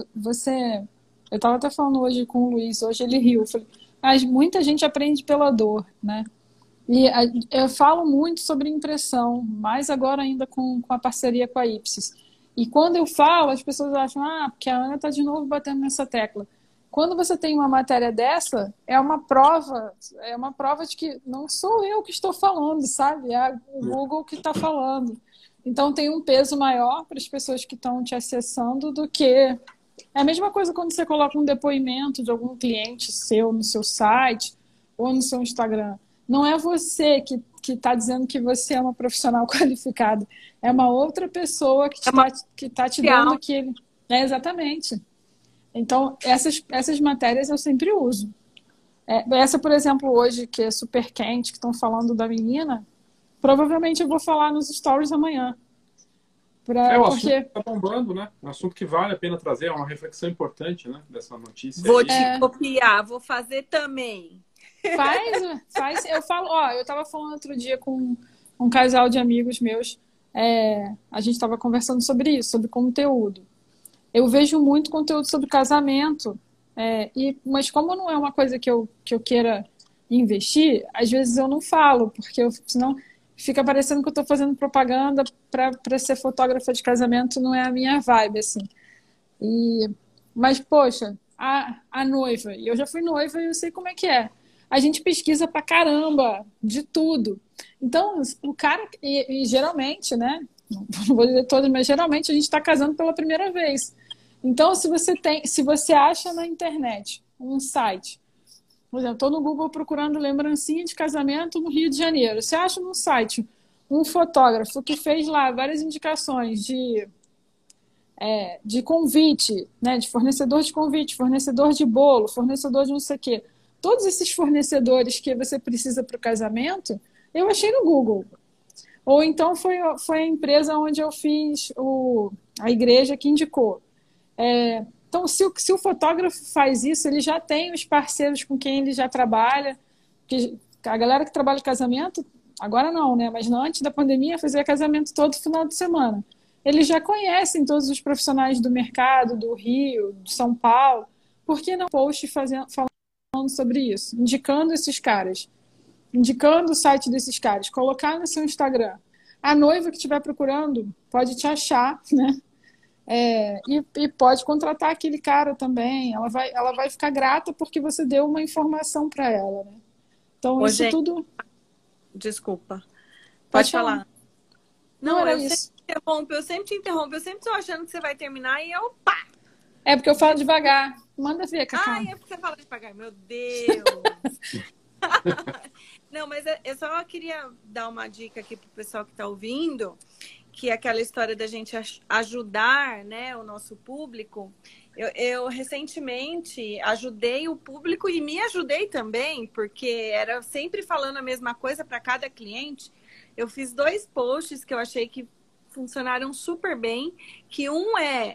eu estava até falando hoje com o Luiz, hoje ele riu, eu falei, mas muita gente aprende pela dor, né? E eu falo muito sobre impressão, mais agora ainda com a parceria com a Ipsis. E quando eu falo, as pessoas acham, porque a Ana está de novo batendo nessa tecla. Quando você tem uma matéria dessa, é uma prova de que não sou eu que estou falando, sabe? É o Google que está falando. Então tem um peso maior para as pessoas que estão te acessando do que... É a mesma coisa quando você coloca um depoimento de algum cliente seu no seu site ou no seu Instagram. Não é você que está dizendo que você é uma profissional qualificada. É uma outra pessoa que está te dando aquilo. Exatamente. Então, essas matérias eu sempre uso. Essa, por exemplo, hoje, que é super quente, que estão falando da menina, provavelmente eu vou falar nos stories amanhã. O assunto que está bombando, né? Um assunto que vale a pena trazer, é uma reflexão importante, né? Dessa notícia. Vou te copiar, vou fazer também. Faz. Eu estava falando outro dia com um casal de amigos meus, a gente estava conversando sobre isso, sobre conteúdo. Eu vejo muito conteúdo sobre casamento, mas como não é uma coisa que eu queira investir, às vezes eu não falo, porque senão fica parecendo que eu estou fazendo propaganda para ser fotógrafa de casamento, não é a minha vibe, assim. Mas, poxa, a noiva, e eu já fui noiva e eu sei como é que é. A gente pesquisa pra caramba de tudo. Então, o cara, e geralmente, né? Não vou dizer todos, mas geralmente a gente está casando pela primeira vez. Então, se você acha na internet um site, por exemplo, estou no Google procurando lembrancinha de casamento no Rio de Janeiro. Você acha num site um fotógrafo que fez lá várias indicações de convite, né, de fornecedor de convite, fornecedor de bolo, fornecedor de não sei o quê. Todos esses fornecedores que você precisa para o casamento, eu achei no Google. Ou então foi a empresa onde eu fiz a igreja que indicou. Então, se o fotógrafo faz isso, ele já tem os parceiros com quem ele já trabalha. A galera que trabalha em casamento, agora não, né? Mas antes da pandemia, fazia casamento todo final de semana. Eles já conhecem todos os profissionais do mercado, do Rio, de São Paulo. Por que não post falando sobre isso? Indicando esses caras. Indicando o site desses caras. Colocar no seu Instagram. A noiva que estiver procurando pode te achar, né? E pode contratar aquele cara também. Ela vai ficar grata porque você deu uma informação para ela, né? Então, isso gente, tudo... Desculpa. Pode falar. Não, era eu isso. sempre te interrompo. Eu sempre tô achando que você vai terminar e eu pá! É porque eu falo devagar. Manda ver, Cacá. Ai, é porque você fala devagar. Meu Deus! Não, mas eu só queria dar uma dica aqui pro pessoal que tá ouvindo, que é aquela história da gente ajudar, né, o nosso público. Eu recentemente ajudei o público e me ajudei também, porque era sempre falando a mesma coisa para cada cliente. Eu fiz 2 posts que eu achei que funcionaram super bem, que um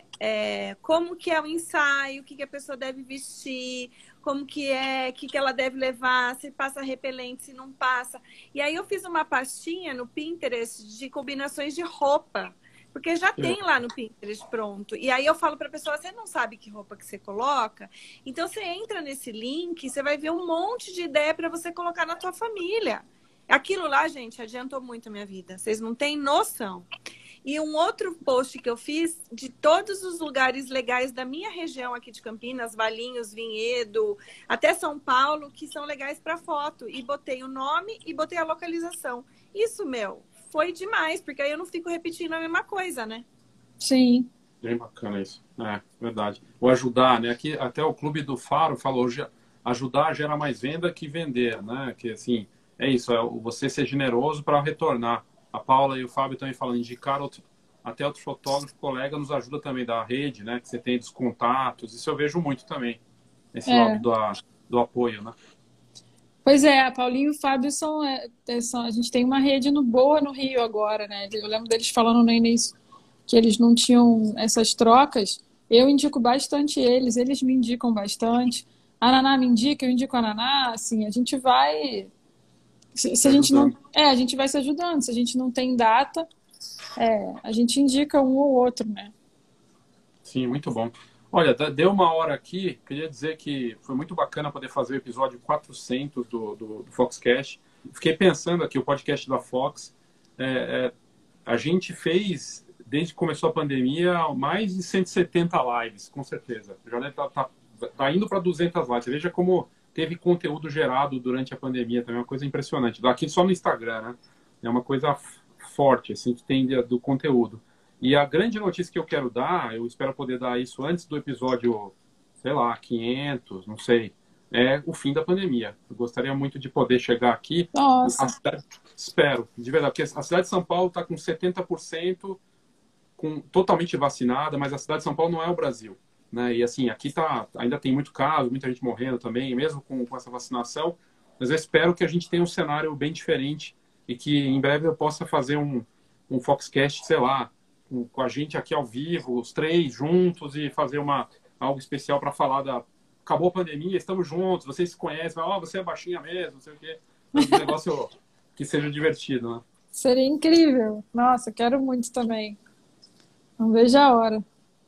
como que é o ensaio, o que a pessoa deve vestir, como que o que ela deve levar, se passa repelente, se não passa. E aí eu fiz uma pastinha no Pinterest de combinações de roupa, porque já tem lá no Pinterest pronto. E aí eu falo para a pessoa, você não sabe que roupa que você coloca? Então você entra nesse link, você vai ver um monte de ideia para você colocar na tua família. Aquilo lá, gente, adiantou muito a minha vida. Vocês não têm noção. E um outro post que eu fiz de todos os lugares legais da minha região aqui de Campinas, Valinhos, Vinhedo, até São Paulo, que são legais para foto. E botei o nome e botei a localização. Isso, foi demais, porque aí eu não fico repetindo a mesma coisa, né? Sim. Bem bacana isso. Verdade. O ajudar, né? Aqui até o Clube do Faro falou, ajudar gera mais venda que vender, né? Que assim, é isso, você ser generoso para retornar. A Paula e o Fábio também falando, indicar até outro fotógrafo, colega, nos ajuda também da rede, né? Que você tem dos contatos. Isso eu vejo muito também, esse lado do apoio, né? Pois é, a Paulinho e o Fábio a gente tem uma rede boa no Rio agora, né? Eu lembro deles falando no início que eles não tinham essas trocas. Eu indico bastante eles me indicam bastante. A Naná me indica, eu indico a Naná, assim, a gente vai... Se a gente não... a gente vai se ajudando. Se a gente não tem data, a gente indica um ou outro, né? Sim, muito bom. Olha, deu 1 hora aqui. Queria dizer que foi muito bacana poder fazer o episódio 400 do Foxcast. Fiquei pensando aqui, o podcast da Fox. A gente fez, desde que começou a pandemia, mais de 170 lives, com certeza. Já deve tá indo para 200 lives. Você veja como... teve conteúdo gerado durante a pandemia, também é uma coisa impressionante. Aqui só no Instagram, né? É uma coisa forte, assim, que tem do conteúdo. E a grande notícia que eu quero dar, eu espero poder dar isso antes do episódio, sei lá, 500, não sei, é o fim da pandemia. Eu gostaria muito de poder chegar aqui. Nossa. Espero, de verdade, porque a cidade de São Paulo está com 70% totalmente vacinada, mas a cidade de São Paulo não é o Brasil. Né? E assim, aqui ainda tem muito caso, muita gente morrendo também, mesmo com essa vacinação. Mas eu espero que a gente tenha um cenário bem diferente e que em breve eu possa fazer um Foxcast, sei lá, com a gente aqui ao vivo, os 3 juntos, e fazer algo especial para falar acabou a pandemia, estamos juntos, vocês se conhecem, você é baixinha mesmo, não sei o quê. Um negócio que seja divertido, né? Seria incrível. Nossa, quero muito também. Não vejo a hora.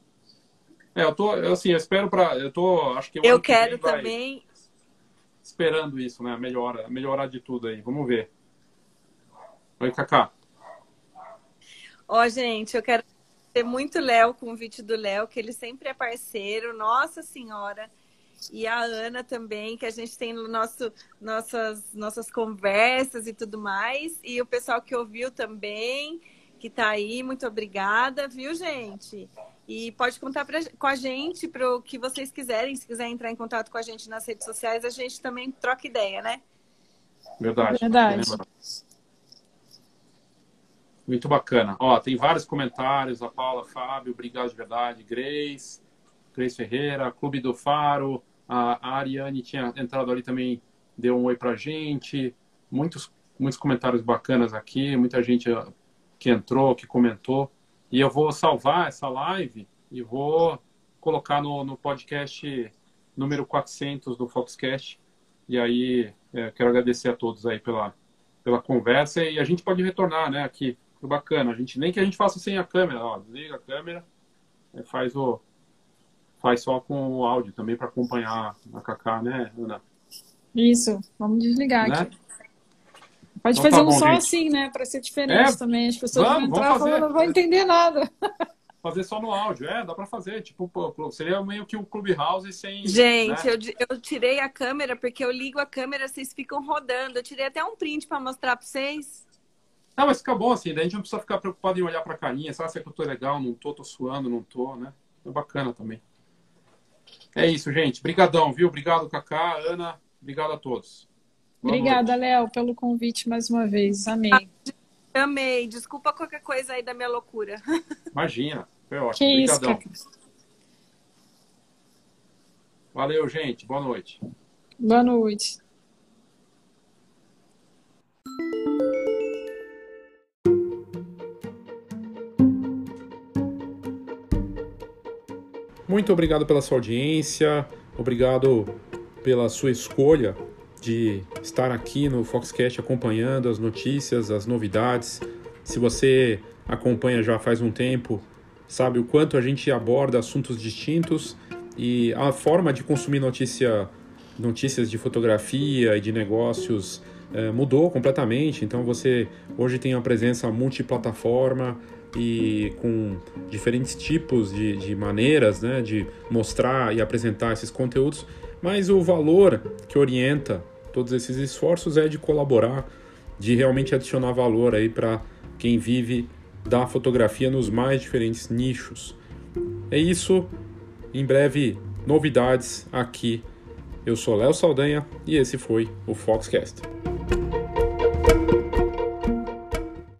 Eu espero acho que eu quero também. Esperando isso, né? Melhorar de tudo aí. Vamos ver. Oi, Cacá. Gente, eu quero ter muito Léo, o convite do Léo, que ele sempre é parceiro, Nossa Senhora. E a Ana também, que a gente tem no nossas conversas e tudo mais. E o pessoal que ouviu também, que tá aí, muito obrigada, viu, gente? E pode contar com a gente para o que vocês quiserem. Se quiser entrar em contato com a gente nas redes sociais, a gente também troca ideia, né? Verdade. Verdade. Muito bacana. Ó, tem vários comentários. A Paula, Fábio, obrigado de verdade. Grace Ferreira, Clube do Faro. A Ariane tinha entrado ali também, deu um oi pra gente. Muitos comentários bacanas aqui. Muita gente que entrou, que comentou. E eu vou salvar essa live e vou colocar no podcast número 400 do Foxcast. E aí, quero agradecer a todos aí pela conversa. E a gente pode retornar, né, aqui. Foi bacana. Nem que a gente faça sem a câmera. Ó, desliga a câmera, faz só com o áudio também para acompanhar a Cacá, né, Ana? Isso, vamos desligar Né? aqui. Pode Então fazer tá bom, só gente. assim, né? Para ser diferente também. As pessoas vão vamos entrar fazer. falando, não vão entender nada. Fazer só no áudio. Dá para fazer. Tipo, seria meio que um Clubhouse sem... Gente, né? eu tirei a câmera porque eu ligo a câmera, vocês ficam rodando. Eu tirei até um print para mostrar para vocês. Não, mas fica bom assim. Daí a gente não precisa ficar preocupado em olhar para a carinha. Sabe se é que eu tô legal, não tô suando, não tô, né? É bacana também. É isso, gente. Obrigadão, viu? Obrigado, Cacá, Ana. Obrigado a todos. Obrigada, Léo, pelo convite mais uma vez. Amei. Amei. Desculpa qualquer coisa aí da minha loucura. Imagina. Foi ótimo. Que isso, Obrigadão. Cacá. Valeu, gente. Boa noite. Boa noite. Muito obrigado pela sua audiência, obrigado pela sua escolha de estar aqui no Foxcast acompanhando as notícias, as novidades. Se você acompanha já faz um tempo, sabe o quanto a gente aborda assuntos distintos e a forma de consumir notícias de fotografia e de negócios mudou completamente. Então você hoje tem uma presença multiplataforma e com diferentes tipos de maneiras, né, de mostrar e apresentar esses conteúdos, mas o valor que orienta todos esses esforços é de colaborar, de realmente adicionar valor aí para quem vive da fotografia nos mais diferentes nichos. É isso, em breve novidades aqui. Eu sou Léo Saldanha e esse foi o Foxcast.